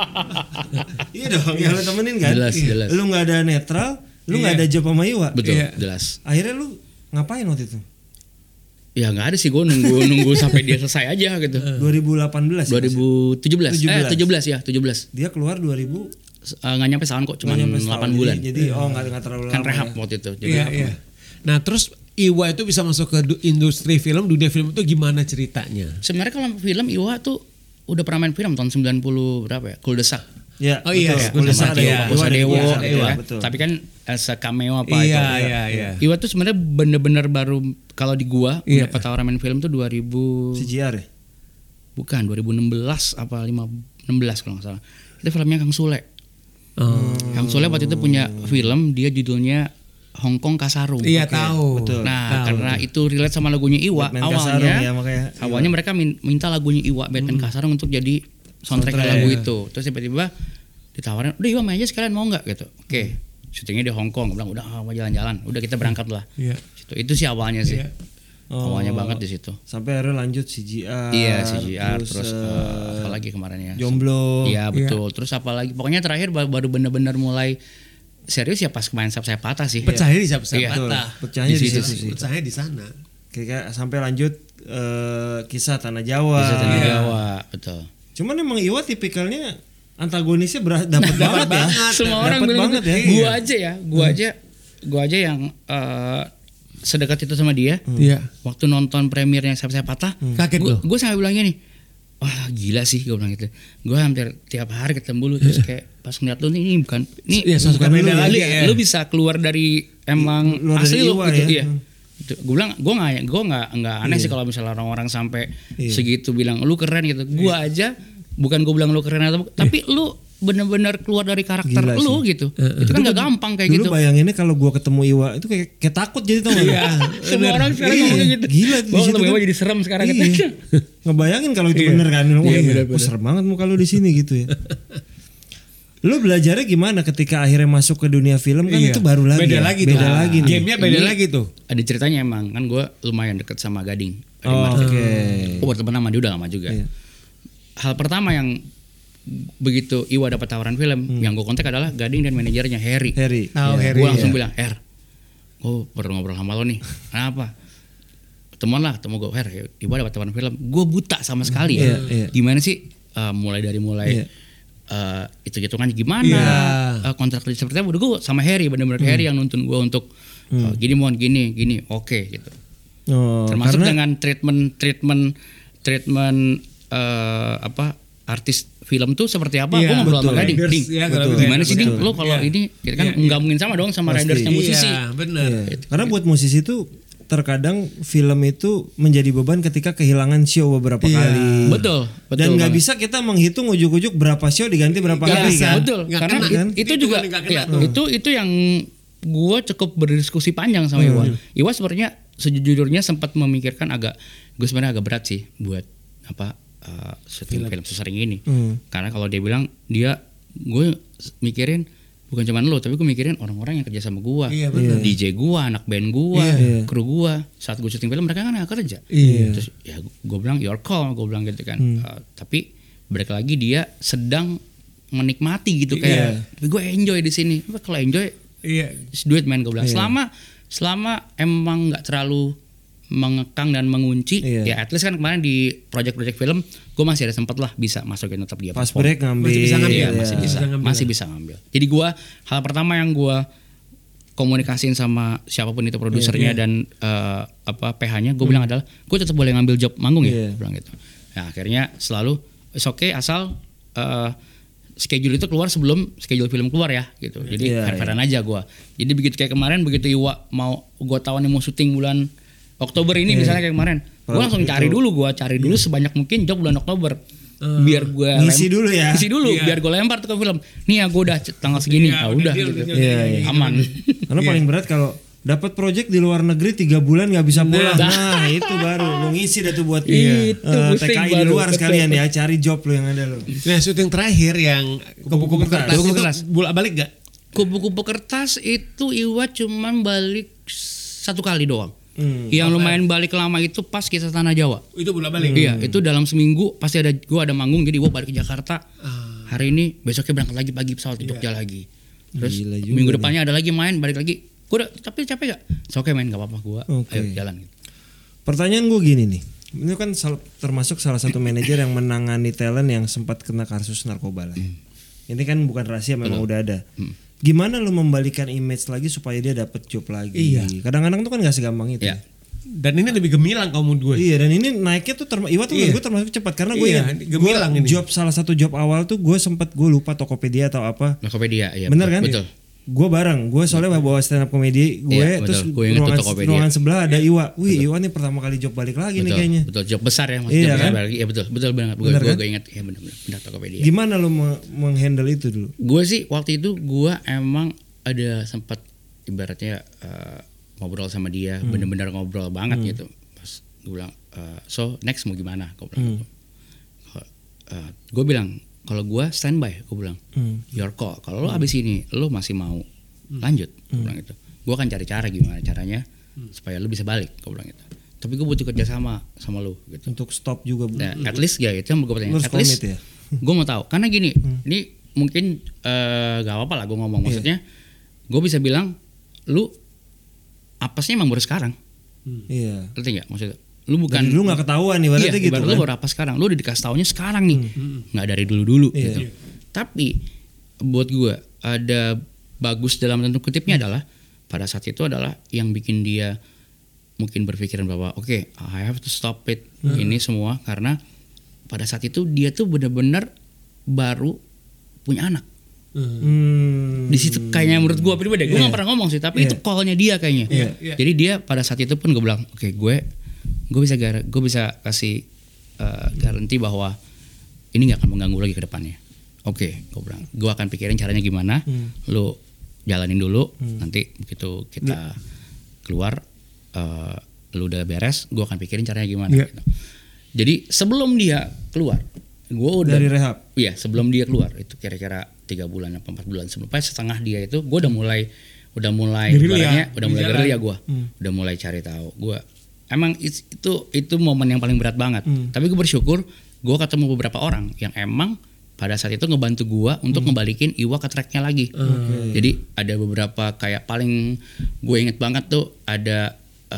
Iya dong, yang lu temenin kan? Jelas. Lu nggak ada netral, lu nggak ada job sama Iwa. Betul, jelas. Akhirnya lu ngapain waktu itu? Ya nggak ada sih, gue nunggu sampai dia selesai aja gitu. 2018 ya? 17. Dia keluar 2000 nggak nyampe setahun kok, cuma 8 bulan. Jadi nggak terlalu lama. Kan rehab waktu itu. Jadi Iya. Nah terus Iwa itu bisa masuk ke industri film, dunia film itu gimana ceritanya? Sebenarnya kalau film Iwa tuh udah pernah main film tahun 90 berapa ya? Kuldesak. Ya, Kuldesak Dewa. Betul. Tapi kan as a cameo apa itu. Iya. Iwa tuh sebenarnya bener-bener baru kalau di gua dapat tawaran main film tuh 2000 CGR ya? Bukan, 2016 apa 16 kalau nggak salah. Itu filmnya Kang Sule. Kang Sule waktu itu punya film, dia judulnya Hong Kong Kasarung. Iya tahu. Betul. Nah karena itu relate sama lagunya Iwa, awalnya mereka minta lagunya Iwa Batman Kasarung untuk jadi soundtrack lagu itu. Terus tiba-tiba ditawarin, udah Iwa main aja sekalian mau nggak gitu. Oke. Syutingnya di Hong Kong. Gue bilang udah mau jalan-jalan. Udah kita berangkat lah. Itu sih awalnya sih. Awalnya banget di situ. Sampai akhirnya lanjut CGR. Iya CGR. Terus apa lagi kemarin ya? Jomblo. Iya betul. Terus apa lagi? Pokoknya terakhir baru benar-benar mulai serius ya pas kemarin Saya Patah sih. Pecahnya di Saya Patah. Pecahnya di situ sih. Pecahnya di sana. Kayak sampai lanjut Kisah Tanah Jawa. Kisah Tanah Jawa, betul. Cuman emang Iwa tipikalnya antagonisnya dapat banget ya. Semua orang bilang gitu. Gua aja yang sedekat itu sama dia. Waktu nonton premiernya Saya Patah, kaget gue sampai bilangnya nih, wah gila sih gue bilang gitu. Gue hampir tiap hari ketemu lu terus kayak pas ngeliat lu ini bukan beda lagi ya. Lu bisa keluar dari emang luar asli dari lu Iwa, gitu ya. Gue bilang gue nggak aneh sih kalau misalnya orang-orang sampai segitu bilang lu keren gitu. Gue aja bukan gue bilang lu keren atau tapi lu benar-benar keluar dari karakter lu gitu. Itu kan gak gampang kayak gitu. Dulu bayanginnya kalau gua ketemu Iwa itu kayak takut jadi tau gak? Semua orang sekarang ngomongnya gitu. Gila di situ kan. Jadi serem sekarang gitu. Ngebayangin kalau itu bener kan. Wah serem banget muka lu di sini gitu ya. Lu belajarnya gimana ketika akhirnya masuk ke dunia film kan itu baru lagi. Beda lagi. Gamenya beda lagi tuh. Ada ceritanya emang kan gue lumayan deket sama Gading. Oke. Gue berteman sama dia udah lama juga. Hal pertama yang begitu Iwa dapat tawaran film, yang gue kontak adalah Gading dan manajernya Harry. Gue langsung bilang, gue perlu ngobrol sama lo nih. Kenapa? Ketemu gue, Iwa dapat tawaran film. Gue buta sama sekali ya. Gimana sih? Mulai itu kan gimana? Kontrak kerja seperti apa? Udah gue sama Harry, bener-bener Harry yang nuntun gue untuk gini mohon gini, oke gitu. Termasuk dengan treatment artis film tuh seperti apa?Gue ngobrol sama Gading. Gimana sih Ding? Lo kalau ini kan nggak mungkin sama dong sama ridersnya musisi. Bener. Karena buat musisi tuh terkadang film itu menjadi beban ketika kehilangan show beberapa kali. Betul. Dan nggak bisa kita menghitung ujuk-ujuk berapa show diganti berapa kali kan. Betul. Karena itu juga itu yang gue cukup berdiskusi panjang sama Iwa. Iwa sebenarnya sejujurnya sempat memikirkan gue sebenarnya agak berat sih buat syuting film sesering ini. Karena kalau dia bilang gue mikirin bukan cuma lo, tapi gue mikirin orang-orang yang kerja sama gue, DJ gue, anak band gue, kru gue. Saat gue syuting film mereka kan gak kerja. Terus ya gue bilang your call, gue bilang gitu kan. Tapi balik lagi dia sedang menikmati gitu kayak. Tapi gue enjoy di sini. Kalau enjoy, just do it man, gue bilang. Selama selama emang nggak terlalu mengekang dan mengunci, ya at least kan kemarin di project-project film gue masih ada sempat lah bisa masukin tetap dia pas break ngambil, masih bisa ngambil. Jadi gue hal pertama yang gue komunikasiin sama siapapun itu produsernya dan PH-nya, gue bilang adalah gue tetap boleh ngambil job manggung ya, bilang gitu. Nah akhirnya selalu it's okay asal schedule itu keluar sebelum schedule film keluar ya gitu. Jadi fair-fairan aja gue. Jadi begitu kayak kemarin, begitu Iwa mau, gue tahu nih mau syuting bulan Oktober ini misalnya kayak kemarin, gue langsung cari dulu sebanyak mungkin job bulan Oktober. Biar gue ngisi dulu biar gue lempar tuh ke film. Nih ya gue udah tanggal segini, udah gitu. Aman. Karena paling berat kalau dapat project di luar negeri 3 bulan nggak bisa pulang. Nah itu baru lu ngisi dah tuh buat TKI di luar sekalian ya, cari job lu yang ada lu. Nah syuting terakhir yang kupu-kupu kertas bolak balik gak? Kupu-kupu kertas itu Iwa cuman balik 1 kali doang. Yang lumayan balik lama itu pas Kisah Tanah Jawa. Itu bolak-balik. Iya, itu dalam seminggu pasti gua ada manggung, jadi gua balik ke Jakarta. Hari ini, besoknya berangkat lagi pagi pesawat ke Jogja lagi. Terus minggu depannya ada lagi main, balik lagi. Gua udah, tapi capek gak? Oke main, gak apa-apa gua. Ayo jalan gitu. Pertanyaan gua gini nih. Ini kan termasuk salah satu manajer yang menangani talent yang sempat kena kasus narkoba lah. Ini kan bukan rahasia, memang udah ada. Gimana lu membalikan image lagi supaya dia dapat job lagi? Kadang-kadang tuh kan nggak segampang itu. Dan ini lebih gemilang kalau menurut gue. Iya, dan ini naiknya tuh Iwa tuh gue termasuk cepat karena gue gemilang ini. Job salah satu job awal tuh gue lupa Tokopedia atau apa. Tokopedia, iya. Bener kan? Betul. Gue soalnya bawa stand up komedi terus ruangan sebelah ada Iwa. Iwa nih pertama kali job balik lagi nih kayaknya. Betul, job besar ya, iya kan? Balik. Iya betul banget. Gue ingat ya benar Tokopedia. Gimana lu menghandle itu dulu? Gue sih waktu itu gue emang ada sempat ibaratnya ngobrol sama dia, bener-bener ngobrol banget gitu. Pas gue bilang, so next mau gimana? Gue bilang, gue bilang kalau gue standby, gue bilang, your call. Kalau lo abis ini, lo masih mau lanjut, gue bilang gitu. Gue akan cari cara gimana caranya supaya lo bisa balik, gue bilang gitu. Tapi gue butuh kerja sama lo gitu. Untuk stop juga. Nah, at least ya itu yang gue tanya. At least ya? Gue mau tahu, karena gini, ini mungkin gak apa-apa lah gue ngomong, maksudnya gue bisa bilang lu apesnya emang baru sekarang. Ngerti gak maksudnya? Lu bukan lu gak ketahuan nih berarti gitu kan? Lu baru apa sekarang, lu udah dikasih taunya sekarang nih, gak dari dulu-dulu gitu. Tapi buat gue ada bagus dalam tanda kutipnya adalah pada saat itu adalah yang bikin dia mungkin berpikiran bahwa oke, I have to stop it ini semua karena pada saat itu dia tuh benar-benar baru punya anak. Di situ kayaknya menurut gue pribadi, gue gak pernah ngomong sih, tapi itu call-nya dia kayaknya. Jadi dia pada saat itu pun gue bilang, oke, gue bisa kasih garansi bahwa ini nggak akan mengganggu lagi ke depannya. Oke, gue bilang, gue akan pikirin caranya gimana. Lu jalanin dulu, nanti begitu kita keluar, lu udah beres, gue akan pikirin caranya gimana. Gitu. Jadi sebelum dia keluar, gue udah dari rehab. Iya, sebelum dia keluar itu kira-kira 3 bulan atau 4 bulan sebelum setengah dia itu gue udah mulai gerilya gue. Udah mulai cari tahu. Gue emang itu momen yang paling berat banget. Tapi gue bersyukur gue ketemu beberapa orang yang emang pada saat itu ngebantu gue untuk ngebalikin Iwa ke tracknya lagi. Jadi ada beberapa kayak paling gue inget banget tuh ada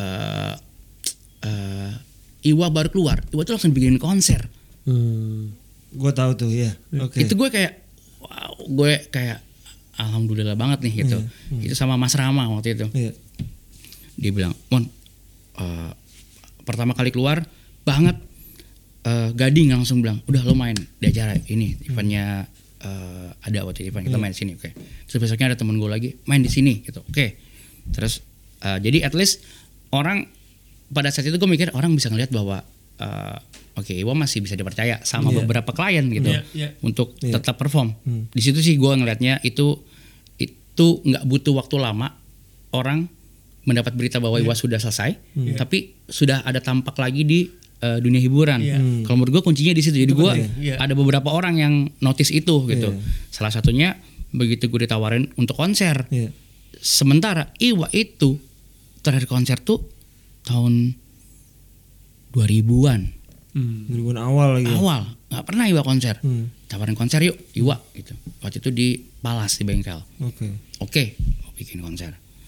Iwa baru keluar, Iwa tuh langsung bikin konser. Gue tahu tuh ya. Itu gue kayak wow, gue kayak alhamdulillah banget nih gitu. Itu sama Mas Rama waktu itu. Dia bilang, Mon, pertama kali keluar banget, Gading langsung bilang, udah lo main di acara ini, eventnya ada waktu event kita main di sini, oke. Terus besoknya ada temen gue lagi main di sini, gitu, oke. Terus jadi at least orang pada saat itu gue mikir orang bisa ngeliat bahwa oke, Iwa masih bisa dipercaya sama beberapa klien gitu untuk tetap perform. Di situ sih gue ngelihatnya itu nggak butuh waktu lama orang mendapat berita bahwa Iwa sudah selesai, tapi sudah ada tampak lagi di dunia hiburan. Kalau menurut gue kuncinya di situ. Jadi gue ada beberapa orang yang notice itu gitu. Salah satunya begitu gue ditawarin untuk konser. Sementara Iwa itu terakhir konser tuh tahun 2000-an. 2000-an awal lagi. Awal, nggak pernah Iwa konser. Tawarin konser yuk, Iwa gitu. Waktu itu di Palas di bengkel. Oke, mau bikin konser.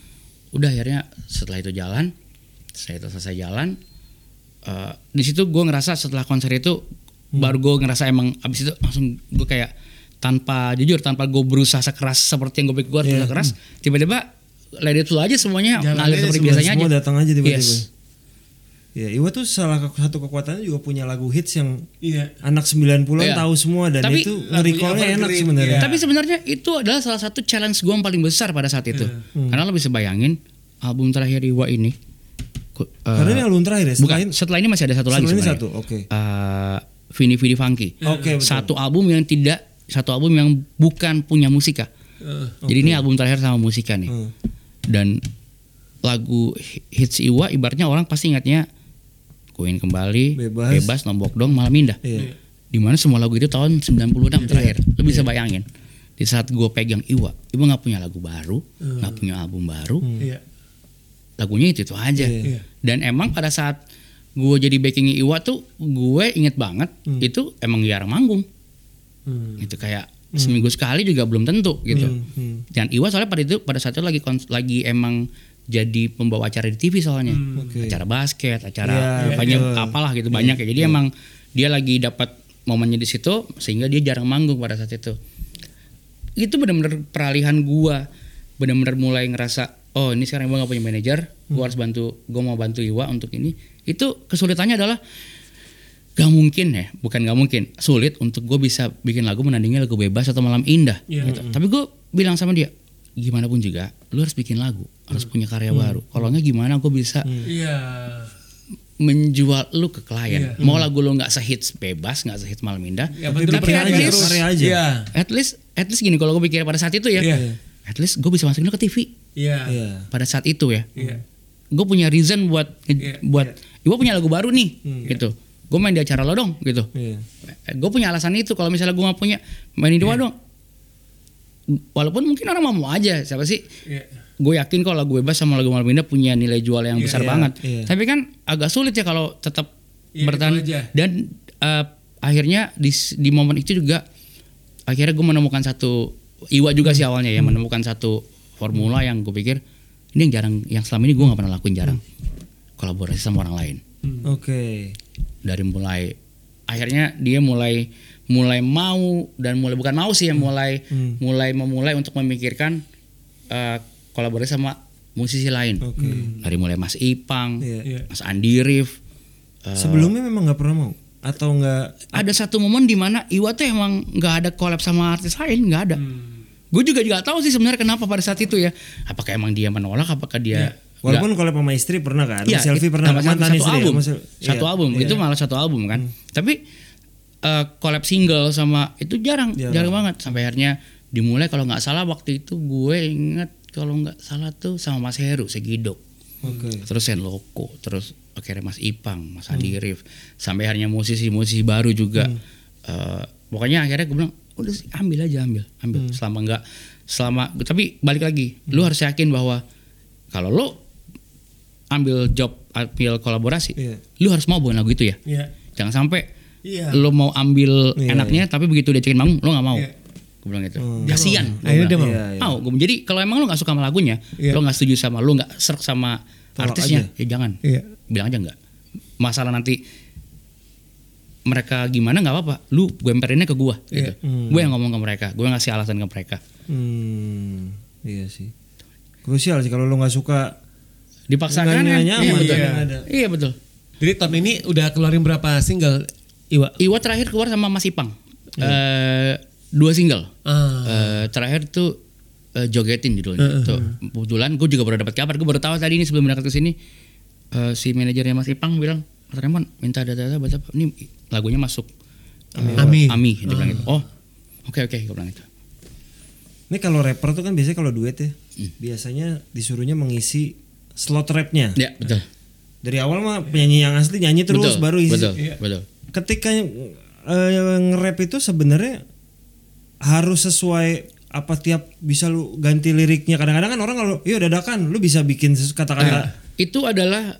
udah akhirnya setelah itu selesai jalan, di situ gue ngerasa setelah konser itu baru gue ngerasa emang abis itu langsung gue kayak tanpa gue berusaha sekeras seperti yang gue pikir gue harus berusaha keras, tiba-tiba let it flow aja semuanya ngalir seperti biasanya semua aja. datang aja tiba-tiba. Yes. Ya, Iwa tuh salah satu kekuatannya juga punya lagu hits yang anak 90-an tahu semua dan tapi, itu nge-recall-nya enak sebenarnya. Tapi sebenarnya itu adalah salah satu challenge gue yang paling besar pada saat itu. Karena lo bisa bayangin album terakhir Iwa ini. Karena ini album terakhir ya? Setelah ini masih ada satu lagi sebenarnya. Satu, oke. Vini Vidi Funky. Oke, Satu album yang bukan punya Musika. Jadi ini album terakhir sama Musika nih. Dan lagu hits Iwa ibaratnya orang pasti ingatnya Kuingin Kembali, Bebas, Nombok Dong, Malam Indah. Dimana semua lagu itu tahun 96 terakhir. Lo bisa bayangin. Di saat gue pegang Iwa gak punya lagu baru, gak punya album baru. Lagunya itu aja. Dan emang pada saat gue jadi backingnya Iwa tuh, gue inget banget itu emang jarang manggung. Itu kayak seminggu sekali juga belum tentu gitu. Dan Iwa soalnya pada saat itu lagi emang jadi pembawa acara di TV soalnya. Acara basket, acara apalah gitu banyak ya. Jadi emang dia lagi dapat momennya di situ sehingga dia jarang manggung pada saat itu. Itu benar-benar peralihan gua, benar-benar mulai ngerasa oh ini sekarang gua gak punya manajer, gua mau bantu Iwa untuk ini. Itu kesulitannya adalah bukan gak mungkin, sulit untuk gue bisa bikin lagu menandingi lagu Bebas atau Malam Indah gitu. Tapi gue bilang sama dia, gimana pun juga lu harus bikin lagu, harus punya karya baru. Kalau enggak gimana gue bisa menjual lu ke klien. Mau lagu lu enggak sehits Bebas, enggak sehits Malam Indah, tapi at least gini kalau gue pikir pada saat itu ya. At least gue bisa masukin lu ke TV. Pada saat itu ya. Gue punya reason buat gue punya lagu baru nih gitu. Gue main di acara lo dong gitu. Gue punya alasan itu. Kalau misalnya gue gak punya, main di dong. Walaupun mungkin orang mau aja, siapa sih? Gue yakin kalau lagu Bebas sama lagu Malam Indah punya nilai jual yang besar banget. Tapi kan agak sulit ya kalau tetap bertahan. Dan akhirnya di momen itu juga akhirnya gue menemukan satu, Iwa juga sih awalnya ya, menemukan satu formula yang gue pikir ini yang selama ini gue gak pernah lakuin, jarang kolaborasi sama orang lain. Dari mulai akhirnya dia mulai mau dan bukan mau sih ya, mulai untuk memikirkan kolaborasi sama musisi lain. Dari mulai Mas Ipang, Mas Andi Rif. Sebelumnya memang nggak pernah mau atau nggak? Ada satu momen di mana Iwa tuh emang nggak ada collab sama artis lain, nggak ada. Gue juga nggak tahu sih sebenarnya kenapa pada saat itu ya. Apakah emang dia menolak? Apakah dia walaupun kalau sama istri pernah kan, selfie pernah mantan istri satu album itu malah satu album kan. Tapi collab single sama itu jarang banget. Sampai akhirnya dimulai kalau nggak salah waktu itu gue ingat kalau nggak salah tuh sama Mas Heru Segidok. Terus Sen Loko, terus akhirnya Mas Ipang, Mas Andi Rif, sampai akhirnya musisi baru juga. Pokoknya akhirnya gue bilang udah sih ambil. Tapi balik lagi, lu harus yakin bahwa kalau lu ambil kolaborasi, lu harus mau buat lagu itu ya. Jangan sampai lu mau ambil enaknya, tapi begitu dia cekin manggung, lu nggak mau. Gue bilang gitu. Kasian. Akhirnya dia mau. Jadi kalau emang lu nggak suka sama lagunya, lu nggak setuju sama, lu nggak serk sama artisnya, ya jangan. Bilang aja nggak. Masalah nanti mereka gimana nggak apa-apa. Lu gue emperinnya ke gue. Gitu. Gue yang ngomong ke mereka, gue ngasih alasan ke mereka. Iya sih. Krusial sih kalau lu nggak suka. Dipaksakan kan? Iya betul. Jadi tahun ini udah keluarin berapa single Iwa? Iwa terakhir keluar sama Mas Ipang 2 single. Terakhir tuh Jogetin judulnya. Kebetulan gue juga baru dapat kabar, gue baru tahu tadi ini sebelum berangkat ke sini. Si manajernya Mas Ipang bilang, Mas Remon minta data-data buat apa? Ini lagunya masuk Ami. Dia bilang gitu. Oh oke gue bilang itu. Ini kalau rapper tuh kan biasanya kalau duet ya, biasanya disuruhnya mengisi slot rapnya. Ya betul. Dari awal mah penyanyi yang asli nyanyi terus, baru isi. Betul. Ketika nge-rap itu sebenarnya harus sesuai apa tiap bisa lu ganti liriknya. Kadang-kadang kan orang kalau dadakan lu bisa bikin kata-kata. Itu adalah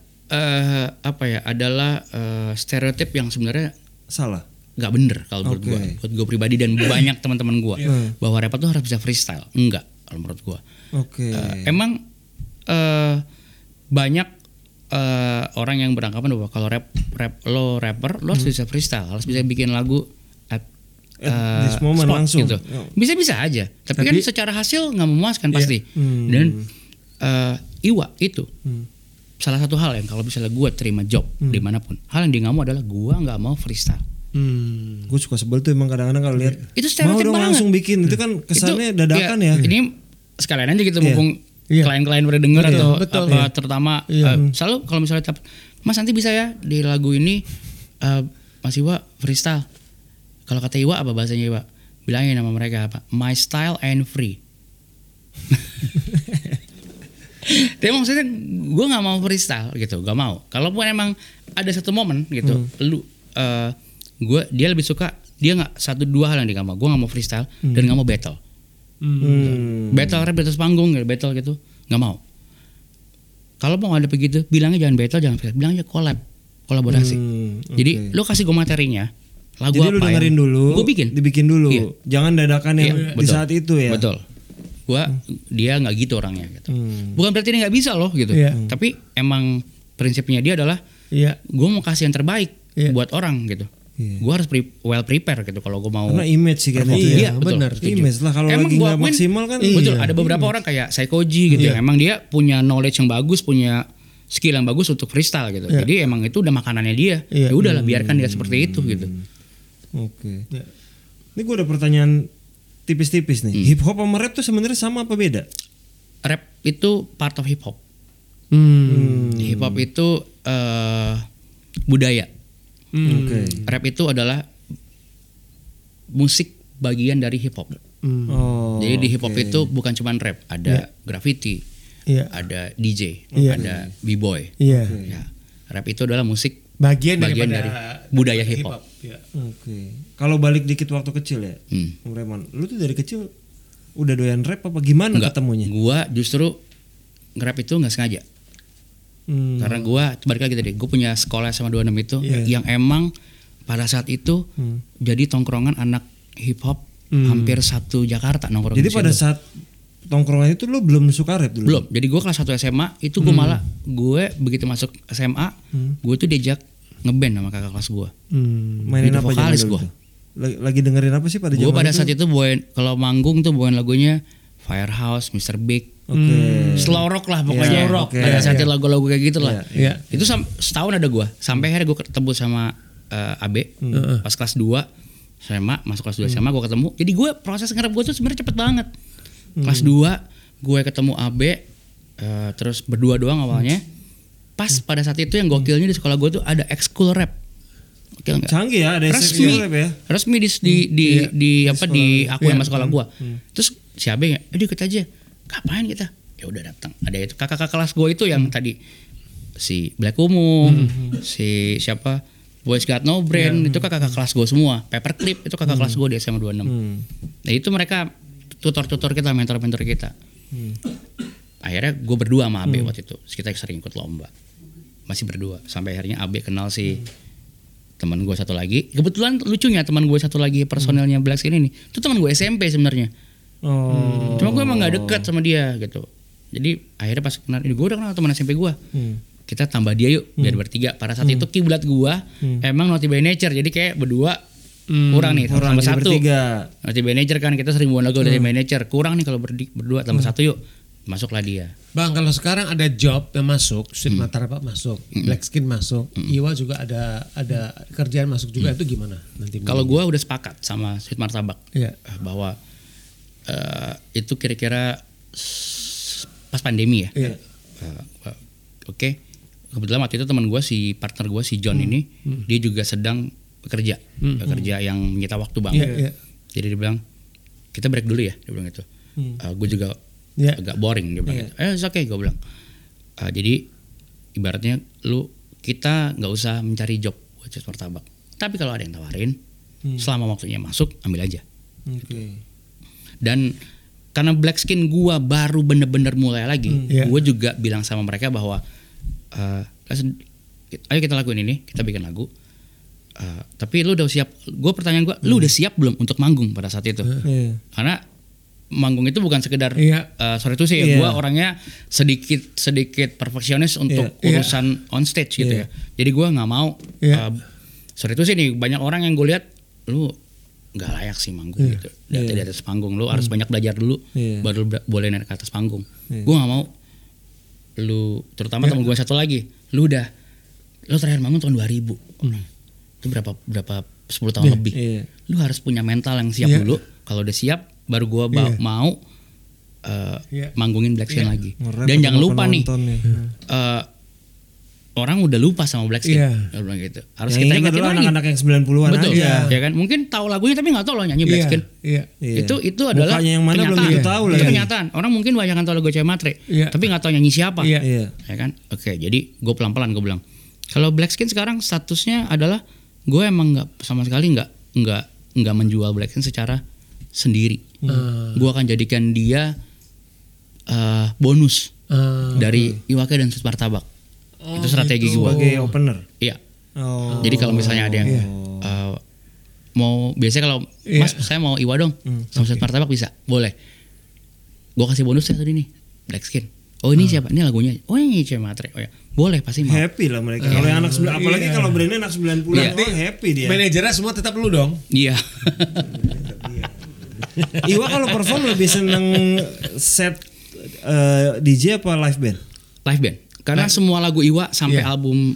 stereotip yang sebenarnya salah. Gak bener kalau menurut gue. Buat gue pribadi dan banyak teman-teman gue bahwa rapper tuh harus bisa freestyle. Enggak kalau menurut gue. Emang banyak orang yang beranggapan bahwa kalau lo rapper lo harus bisa freestyle, harus bisa bikin lagu at this moment spot langsung. gitu. Bisa aja, tapi kan secara hasil nggak memuaskan pasti. Dan Iwa itu salah satu hal yang kalau misalnya gue terima job dimanapun, hal yang dia nggak mau adalah gue nggak mau freestyle. Gue suka sebel tuh emang kadang-kadang kalau lihat Itu mau stereotip dong banget. langsung bikin itu kan kesannya dadakan ya. Ini sekalian aja gitu mumpung Iya. klien-klien pada denger atau betul. apa terutama selalu kalau misalnya Mas nanti bisa ya di lagu ini Mas Iwa freestyle. Kalau kata Iwa apa bahasanya Iwa? Bilangin nama mereka apa? My style and free. Tapi maksudnya gue nggak mau freestyle gitu, gak mau. Kalaupun emang ada satu momen gitu, dia lebih suka dia nggak 1-2 hal yang dia nggak mau. Gue nggak mau freestyle dan nggak mau battle. Battle rap di atas panggung gitu, battle gitu nggak mau. Kalau mau ada begitu, bilangnya jangan battle, jangan freestyle, bilangnya kolaborasi. Jadi lo kasih gue materinya, lagu Jadi apa lu dengerin dulu, gue dibikin dulu. Iya. Jangan dadakan yang di betul. saat itu ya. Betul. Dia nggak gitu orangnya gitu. Bukan berarti dia nggak bisa loh gitu. Tapi emang prinsipnya dia adalah gue mau kasih yang terbaik buat orang gitu. Gue harus well prepare gitu kalau gue mau. Karena image sih kan itu Iya, ya. betul. Image lah kalau Emang lagi gua nggak akuin, maksimal kan. Betul. Ada beberapa orang kayak Psychoji gitu. Yang emang dia punya knowledge yang bagus, punya skill yang bagus untuk freestyle gitu. Jadi emang itu udah makanannya dia. Ya udahlah biarkan dia seperti itu gitu. Oke. Ini gue ada pertanyaan tipis-tipis nih. Hip hop sama rap tuh sebenarnya sama apa beda? Rap itu part of hip hop. Hip hop itu budaya. Rap itu adalah musik bagian dari hip hop. Jadi di hip hop itu bukan cuma rap, ada graffiti, ada DJ, ada b-boy. Ya. Rap itu adalah musik bagian dari budaya hip hop. Kalau balik dikit waktu kecil ya, Om Reman, lu tuh dari kecil udah doyan rap apa gimana ketemunya? Gua justru nge-rap itu nggak sengaja. Karena gua balik lagi tadi, gue punya sekolah sama 26 itu yang emang pada saat itu jadi tongkrongan anak hip hop hampir satu Jakarta nongkrong. Jadi pada saat tongkrongan itu lu belum suka rap dulu? Belum. Jadi gue kelas 1 SMA itu gue begitu masuk SMA gue tuh diajak ngeband sama kakak kelas gue. Mainin Jadi apa vokalis zaman dulu gue. tuh? Lagi dengerin apa sih pada zaman Gue pada itu? saat itu bawain, kalau manggung tuh bawain lagunya Firehouse, Mr. Big, slow rock lah pokoknya. Pada saat itu lagu-lagu kayak gitu lah. Itu setahun ada gue. Sampai akhirnya gue ketemu sama Abe pas kelas 2 SMA, masuk kelas 2 SMA gue ketemu. Jadi gue proses nge-rap gue tuh sebenarnya cepet banget. Kelas 2 gue ketemu Abe, terus berdua doang awalnya. Pas pada saat itu yang gokilnya di sekolah gue tuh ada ekskul rap. Gokil nggak? Canggih ya, ada Resmi, rap ya. resmi di akun sama sekolah gue. Terus si Abe ya, ikut aja. Kapan kita? Ya udah datang. Ada itu kakak kelas gue itu yang tadi si Black Umum, si siapa? Boys Got No Brain itu kakak kelas gue semua. Paperclip itu kakak kelas gue di SMA 26. Nah itu mereka tutor-tutor kita, mentor-mentor kita. Akhirnya gue berdua sama Abe waktu itu. Kita sering ikut lomba. Masih berdua. Sampai akhirnya Abe kenal si teman gue satu lagi. Kebetulan lucunya teman gue satu lagi personelnya Black Skin ini. Itu teman gue SMP sebenarnya. Cuma gue emang gak dekat sama dia gitu. Jadi akhirnya pas kenal, gue udah kenal teman SMP gue. Kita tambah dia yuk biar bertiga. Pada saat itu kiblat gua emang Naughty by Nature. Jadi kayak berdua kurang nih tambah satu. Naughty by Nature kan kita sering buat lagu Naughty by Nature. Kurang nih kalau berdua tambah satu yuk. Masuklah dia. Bang, kalau sekarang ada job yang masuk, Sweet Martabak masuk, Black Skin masuk, Iwa juga ada kerjaan masuk juga, itu gimana nanti? Kalau gua udah sepakat sama Sweet Martabak bahwa itu kira-kira pas pandemi ya. Oke. Kebetulan waktu itu teman gue si partner gue si John ini dia juga sedang bekerja yang menyita waktu banget. Jadi dia bilang kita break dulu ya, dia bilang gitu. Gue juga agak boring dia bilang. Gitu. Oke, gue bilang. Jadi ibaratnya kita nggak usah mencari job buat Sweet Martabak. Tapi kalau ada yang tawarin, selama waktunya masuk ambil aja. Dan karena Black Skin gue baru bener-bener mulai lagi, gue juga bilang sama mereka bahwa ayo kita lakuin ini, kita bikin lagu. Tapi lu udah siap? Gue pertanyaan gue, lu udah siap belum untuk manggung pada saat itu? Karena manggung itu bukan sekedar sorry itu sih gue orangnya sedikit perfeksionis untuk urusan on stage gitu ya. Jadi gue nggak mau sorry itu sih nih, banyak orang yang gue lihat lu nggak layak sih manggung gitu di atas panggung, lu harus banyak belajar dulu baru boleh naik ke atas panggung. Gue nggak mau. Lu terutama temen gue satu lagi, lu terakhir manggung tahun 2000 itu berapa 10 tahun lebih. Lu harus punya mental yang siap dulu. Kalau udah siap baru gue mau manggungin Blackskin lagi. Dan jangan lupa nih orang udah lupa sama Blackskin gitu. Harus yang kita ingatin lagi anak-anak yang 90-an betul aja. ya kan, mungkin tahu lagunya tapi nggak tahu lo nyanyi Blackskin. Itu adalah mukanya yang mana belum kenyataan. tahu Itu kenyataan. Orang mungkin banyak tahu lagu Cewek Matre tapi nggak tahu nyanyi siapa ya kan. Oke, jadi gue pelan-pelan gue bilang kalau Blackskin sekarang statusnya adalah gue emang nggak sama sekali nggak menjual Blackskin secara sendiri. Gue akan jadikan dia bonus dari Iwake dan Sus Martabak. Itu strategi gue sebagai opener. Iya. Jadi kalau misalnya ada yang mau, biasanya kalau Mas saya mau Iwa dong sama Sus Martabak bisa, boleh. Gue kasih bonus ya tadi nih Blackskin. Oh ini siapa? Ini lagunya. Oh ini Cewek Matre. Oh ya, boleh pasti mau. Happy lah mereka. Kalau yang anak apalagi kalau brandnya anak 90-an happy dia. Manajernya semua tetap lu dong. Iya. Iwa kalau perform lebih seneng set DJ apa live band? Live band. Karena semua lagu Iwa sampai album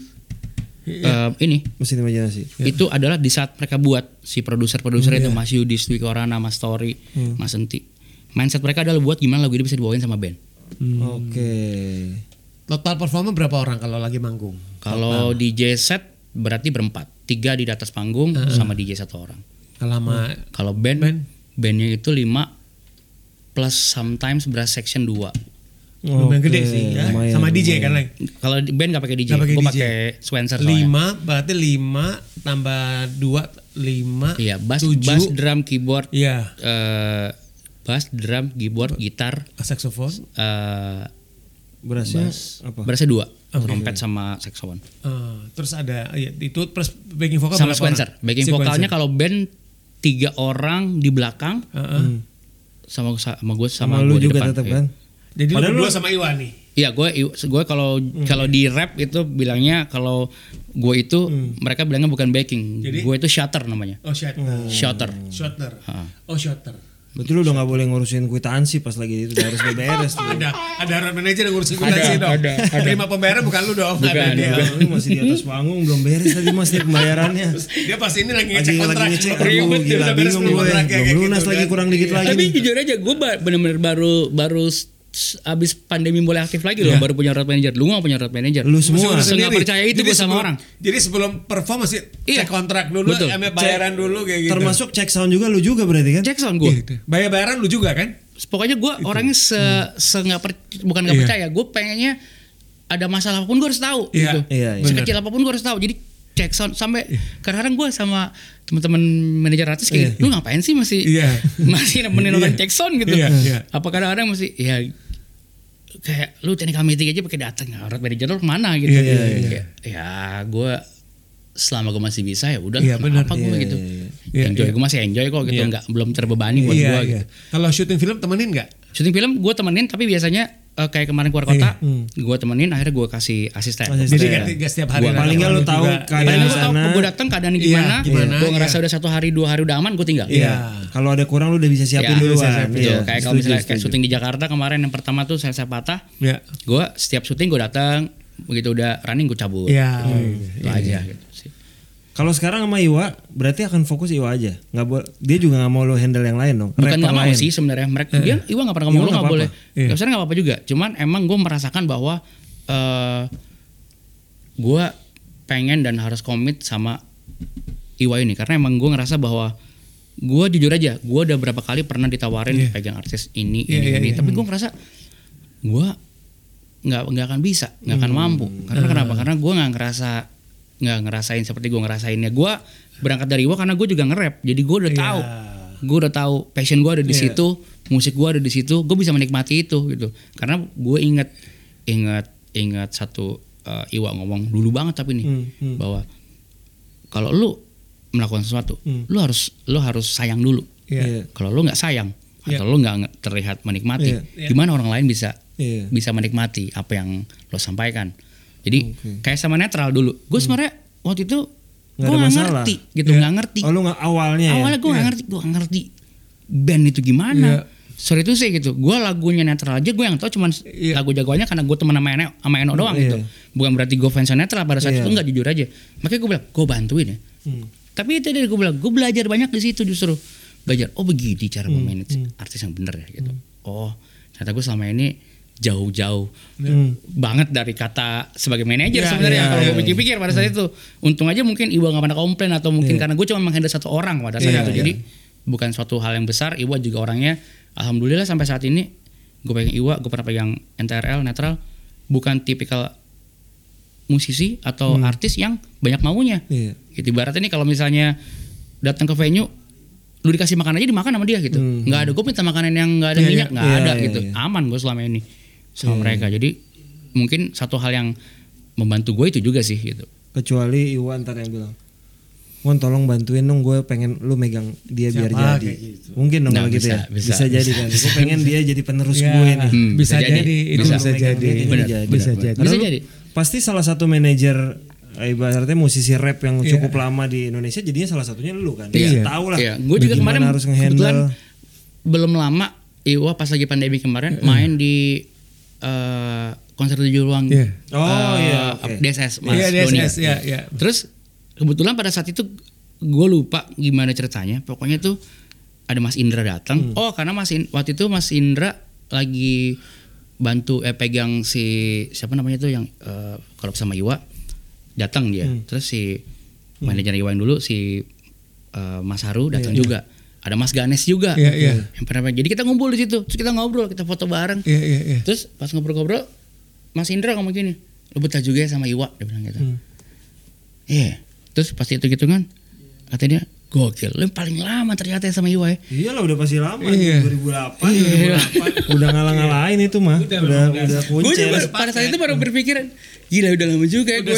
ini Mesin Imajinasi itu adalah di saat mereka buat si produser-produser itu Mas Yudis, Dwi Korana, Mas Story, Mas Enti. Mindset mereka adalah buat gimana lagu ini bisa dibawain sama band. Oke. Total performa berapa orang kalau lagi manggung? Kalau DJ set berarti berempat, 3 di atas panggung sama DJ 1 orang. Kalau bandnya itu 5 plus sometimes brass section 2. Lumayan gede sih ya. Sama DJ kan lagi. Kalau band nggak pakai DJ, gue pakai Swenser soalnya. 5 berarti 5 tambah 2 5. Iya, bass drum keyboard. Iya. Bass drum keyboard gitar saxophone. Berasnya apa? Berasnya 2. Trompet sama saxophone. Terus ada itu plus backing vokal sama Swenser. Backing vokalnya kalau band 3 orang di belakang. Sama gue sama gue di juga depan. tetap kan. Jadi lu berdua sama Iwan nih. Iya, gue kalau di rap itu bilangnya kalau gue itu mereka bilangnya bukan backing. Gue itu shutter namanya. Oh, shutter. Oh, shutter. Berarti lu udah gak boleh ngurusin kwitansi pas lagi itu, udah harus beres tuh. Ada road manager yang ngurusin kwitansi dong. Terima pembayaran bukan lu dong. Bukan. Lu masih di atas panggung belum beres tadi Mas nih pembayarannya. Dia pasti ini lagi ngecek kontrak. Lagi ngecek, gila bingung gue. Belum lunas lagi, kurang dikit lagi. Tapi jujur aja gue bener-bener baru abis pandemi mulai aktif lagi loh, baru punya road manager. Lu gak punya road manager. Lu semua nggak percaya itu gue sama orang. Jadi sebelum perform masih cek kontrak dulu, bayaran dulu kayak gitu. Termasuk cek sound juga lu juga berarti kan? Cek sound gue. Bayaran lu juga kan? Pokoknya gue orangnya bukan nggak percaya. Gue pengennya ada masalah apapun gue harus tahu. Gitu. Sekecil apapun gue harus tahu. Jadi cek sound sampai kadang-kadang gue sama teman-teman manajer artis kayak lu ngapain sih masih nemenin orang cek sound gitu. Apa kadang-kadang masih kayak lu teknik meeting aja pakai datang, road manager lu kemana gitu. Ya gue selama gue masih bisa ya udah kenapa gue gitu. Enjoy, gue masih enjoy kok gitu, belum terbebani buat gue gitu. Kalau syuting film temenin nggak? Syuting film gue temenin, tapi biasanya kayak kemarin keluar kota, gue temenin, akhirnya gue kasih asisten. Jadi gak setiap hari. Paling nggak lu tahu keadaan di sana. Gue datang keadaan gimana. Gue ngerasa udah 1 hari 2 hari udah aman, gue tinggal. Kalau ada kurang lu udah bisa siapin duluan. Kayak kalau misalnya kayak syuting di Jakarta kemarin yang pertama tuh saya patah. Gue setiap syuting gue datang, begitu udah running gue cabut. Itu aja gitu sih. Kalau sekarang sama Iwa berarti akan fokus Iwa aja. Dia juga nggak mau lo handle yang lain dong. Bukan nggak mau sih sebenarnya, mereka dia Iwa nggak pernah ngomong lo nggak boleh. Sebenarnya nggak apa-apa juga. Cuman emang gue merasakan bahwa gue pengen dan harus komit sama Iwa ini, karena emang gue ngerasa bahwa gue jujur aja, gue udah berapa kali pernah ditawarin pegang artis ini, tapi gue ngerasa gue nggak akan bisa, nggak akan mampu. Karena kenapa? Karena gue nggak ngerasain seperti gue ngerasainnya. Gue berangkat dari Iwa karena gue juga nge-rap, jadi gue udah tahu passion gue ada di situ, musik gue ada di situ, gue bisa menikmati itu gitu. Karena gue ingat satu Iwa ngomong dulu banget tapi nih bahwa kalau lu melakukan sesuatu, lu harus sayang dulu. Kalau lu nggak sayang, atau lo nggak terlihat menikmati, gimana orang lain bisa menikmati apa yang lo sampaikan. Jadi kayak sama netral dulu, gue sebenarnya waktu itu gue nggak ngerti gitu, nggak ngerti. Oh lu nggak awalnya gue nggak ngerti band itu gimana. Sorry itu sih gitu, gue lagunya netral aja gue yang tahu cuman lagu jagoannya karena gue teman sama Eno doang gitu. Bukan berarti gue fans netral pada saat itu, nggak, jujur aja. Makanya gue bilang gue bantuin ya. Tapi itu dari gue bilang gue belajar banyak di situ justru. Belajar begini cara memanage artis yang bener ya gitu. Oh ternyata gue selama ini jauh-jauh banget dari kata sebagai manajer sebenarnya kalau gue pikir-pikir pada saat itu. Untung aja mungkin Iwa nggak pernah komplain atau mungkin karena gue cuma menghandle satu orang pada saat itu. Jadi bukan suatu hal yang besar. Iwa juga orangnya alhamdulillah sampai saat ini gue pegang Iwa, gue pernah pegang NTRL netral, bukan tipikal musisi atau artis yang banyak maunya. Gitu, ibaratnya nih kalau misalnya datang ke venue, lu dikasih makan aja dimakan sama dia gitu. Nggak ada gue minta makanan yang nggak ada minyak, nggak ada gitu. Aman gue selama ini sama mereka. Jadi mungkin satu hal yang membantu gue itu juga sih gitu. Kecuali Iwa ntar yang bilang, Mon tolong bantuin dong, gue pengen lu megang dia biar jadi. Gitu. Mungkin dong kalau gitu ya. Bisa jadi kan. Gue pengen dia jadi penerus gue nih. Bisa jadi. Bisa jadi. Pasti salah satu manajer ibaratnya musisi rap yang cukup lama di Indonesia, jadinya salah satunya lu kan. Tahu lah. Gue juga kemarin harus ngehandle. Belum lama Iwa pas lagi pandemi kemarin main di konser 7 ruang. DSS Mas Doni. Terus kebetulan pada saat itu gue lupa gimana ceritanya. Pokoknya tuh ada Mas Indra datang. Oh karena waktu itu Mas Indra lagi bantu pegang si siapa namanya tuh yang kalau sama Iwa datang dia. Terus si manajer Iwa yang dulu si Mas Haru datang juga. Ada Mas Ganes juga. Yang pernah. Jadi kita ngumpul di situ. Terus kita ngobrol, kita foto bareng. Terus pas ngobrol-ngobrol Mas Indra ngomong gini, lu betah juga ya sama Iwa, dia bilang gitu. Terus pas itu gitu kan katanya gokil, lu paling lama ternyata sama Iwa ya. Iyalah udah pasti lama 2008 udah ngalah-ngalahin itu mah. Udah kuncen. Gue juga pada saat itu baru berpikiran, gila udah lama juga ya gue.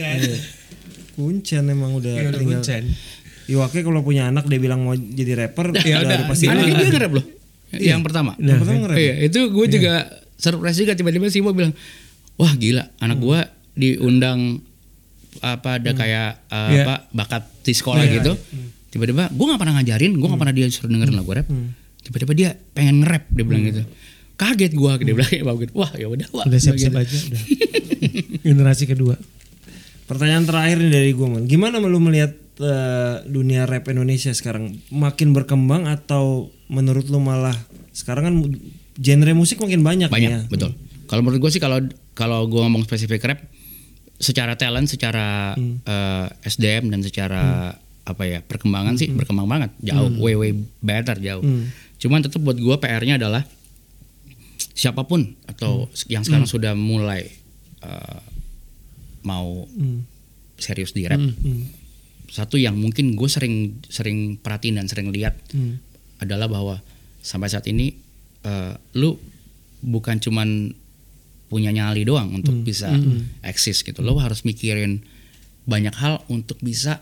Kuncen emang udah tinggal. Iwake kalau punya anak dia bilang mau jadi rapper, udah pasti. Anaknya dia nge-rap loh. Yang pertama. Yang pertama nge-rap. Iya, itu gue juga surprise juga tiba-tiba si Iwa bilang, "Wah, gila, anak gue diundang ada kayak bakat di sekolah gitu." Tiba-tiba gue nggak pernah ngajarin, gue nggak pernah dia suruh dengerin lagu rap. Tiba-tiba dia pengen nge-rap, dia bilang gitu. Kaget gue, dia bilang kayak wah ya udah siap-siap aja udah. Generasi kedua. Pertanyaan terakhir nih dari gue, Man. Gimana lu melihat dunia rap Indonesia sekarang? Makin berkembang atau menurut lu malah sekarang kan genre musik makin banyak ya? Betul. Kalau menurut gue sih kalau gue ngomong spesifik rap, secara talent, secara SDM dan secara perkembangan sih berkembang banget, jauh, way better jauh. Cuman tetap buat gue PR-nya adalah siapapun atau yang sekarang sudah mulai mau serius di rap, satu yang mungkin gue sering perhatiin dan sering lihat adalah bahwa sampai saat ini lu bukan cuman punya nyali doang untuk bisa eksis gitu. Lo harus mikirin banyak hal untuk bisa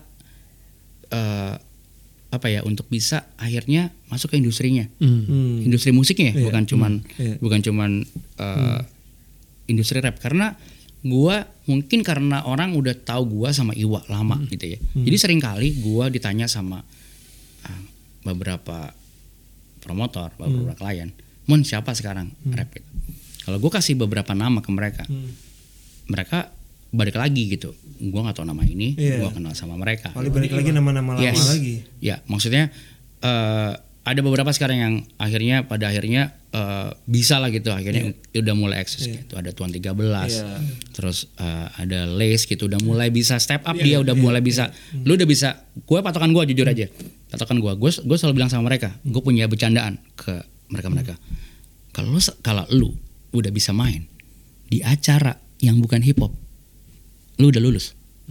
untuk bisa akhirnya masuk ke industrinya, industri musiknya, bukan cuman industri rap. Karena gua mungkin karena orang udah tahu gua sama Iwa lama gitu ya. Jadi sering kali gua ditanya sama beberapa promotor, beberapa klien, "Mon, siapa sekarang rap gitu?" Kalau gua kasih beberapa nama ke mereka, mereka balik lagi gitu. Gua nggak tahu nama ini, gua kenal sama mereka. Paling balik lagi nama-nama lama lagi. Ya, maksudnya ada beberapa sekarang yang pada akhirnya bisa lah gitu, akhirnya udah mulai eksis gitu. Ada Tuan 13, terus ada Lace gitu, udah mulai bisa step up, dia udah mulai bisa. Lu udah bisa. Gue patokan gue jujur aja, patokan gue selalu bilang sama mereka, gue punya bercandaan ke mereka. Kalau lu udah bisa main di acara yang bukan hip hop, lu udah lulus.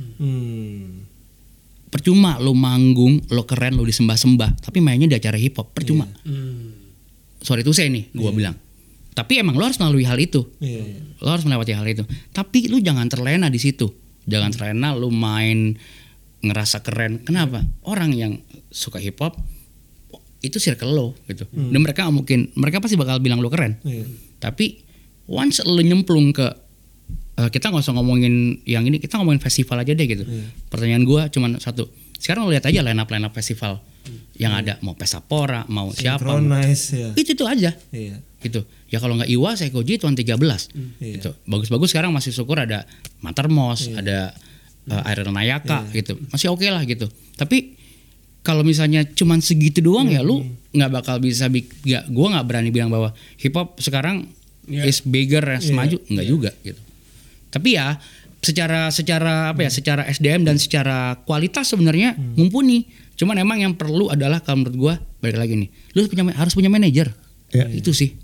Percuma lo manggung, lo keren, lo disembah-sembah, tapi mainnya di acara hip hop, percuma. Sorry itu saya nih, gue bilang. Tapi emang lo harus melalui hal itu, lo harus melewati hal itu. Tapi lo jangan terlena di situ, jangan terlena lo main ngerasa keren. Kenapa? Orang yang suka hip hop itu circle lo gitu. Dan mereka pasti bakal bilang lo keren. Iya. Tapi once lo nyemplung ke kita nggak usah ngomongin yang ini, kita ngomongin festival aja deh gitu. Pertanyaan gue cuman satu. Sekarang lo lihat aja line up festival yang ada, mau Pesapora, mau siapa, Synchronize, ya. itu aja. Iya. Gitu. Ya kalau nggak Iwa, Seikoji Tuan 13. Gitu. Bagus-bagus sekarang masih syukur ada Matermos, ada Iron Nayaka gitu. Masih oke lah gitu. Tapi kalau misalnya cuman segitu doang ya lu nggak bakal bisa gue nggak berani bilang bahwa hip hop sekarang is bigger as maju, nggak juga gitu. Tapi ya secara secara SDM dan secara kualitas sebenarnya mumpuni. Cuman emang yang perlu adalah kalau menurut gue balik lagi nih, lu harus punya manajer. Itu sih.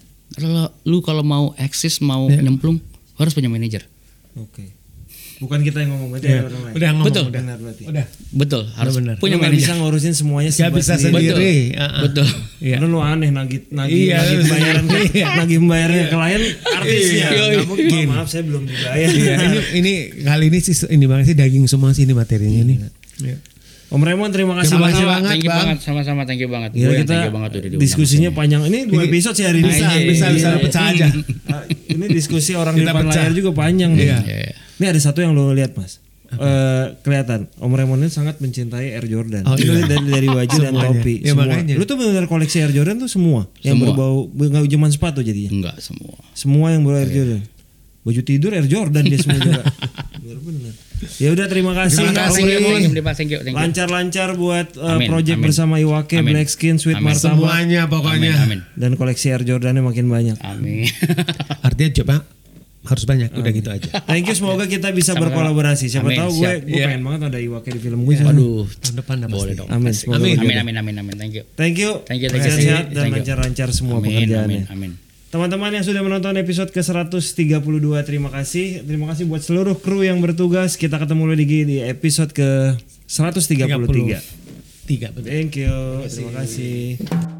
Kalau mau eksis, mau nyemplung, harus punya manajer. Oke. Bukan kita yang ngomong, berarti orang lain. Udah ngomong, Betul. Benar berarti. Udah. Betul, harus Benar. punya Lu nggak manajer. bisa ngurusin semuanya Gak bisa sendiri. sendiri. Betul. Iya. Lu aneh nagih Iya, bayaran nagih bayarnya klien artisnya. Iya. Nggak mungkin. Maaf saya belum dibayar. Iya, ini kali ini sih ini banget sih daging semua sih ini materinya nih. Iya. Om Raymond terima kasih Terima kasih banyak. banget, Thank you Bang. banget, sama-sama thank you banget. Gila, Gue yang kita thank you banget udah diundang diskusinya kesini. panjang. Ini 2 episode sih hari ini. Bisa pecah aja. Ini diskusi orang di Kita depan pecah. layar juga panjang nih. Iya. Iya. Ini ada satu yang lo lihat mas. Kelihatan Om Raymond ini sangat mencintai Air Jordan. Oh, Itu iya. dari baju dan Semuanya. topi Ya, semua. makanya. Lu tuh benar koleksi Air Jordan tuh semua yang Semua. berbau nggak cuma sepatu jadinya. Enggak semua. Semua yang berbau Air Jordan. Baju tidur Air Jordan dia semua juga. Benar-benar. Ya udah terima kasih. Terima Om kasih. Raymond. Thank you. Lancar-lancar buat Amin, project amin. bersama Iwake, Amin. Black Skin, Sweet Amin. Martabak Semuanya pokoknya. Amin. dan koleksi Air Jordannya makin banyak. Amin. Artinya coba harus banyak. Udah gitu aja. Thank you, semoga kita bisa Sama-sama. berkolaborasi. Siapa Amin, tahu siap. gue Iya. pengen banget ada Iwake di film gue. Waduh. Tahun depan dah Boleh pasti. dong. Amin, Pasti. semoga Amin. begitu. Amin. Thank you. Thank you. Thank you. Sehat-sehat dan Thank you. lancar-lancar semua Amin. pekerjaannya. Amin. Teman-teman yang sudah menonton episode ke-132, terima kasih. Terima kasih buat seluruh kru yang bertugas. Kita ketemu lagi di episode ke-133. 3 betul. Thank you. Terima kasih.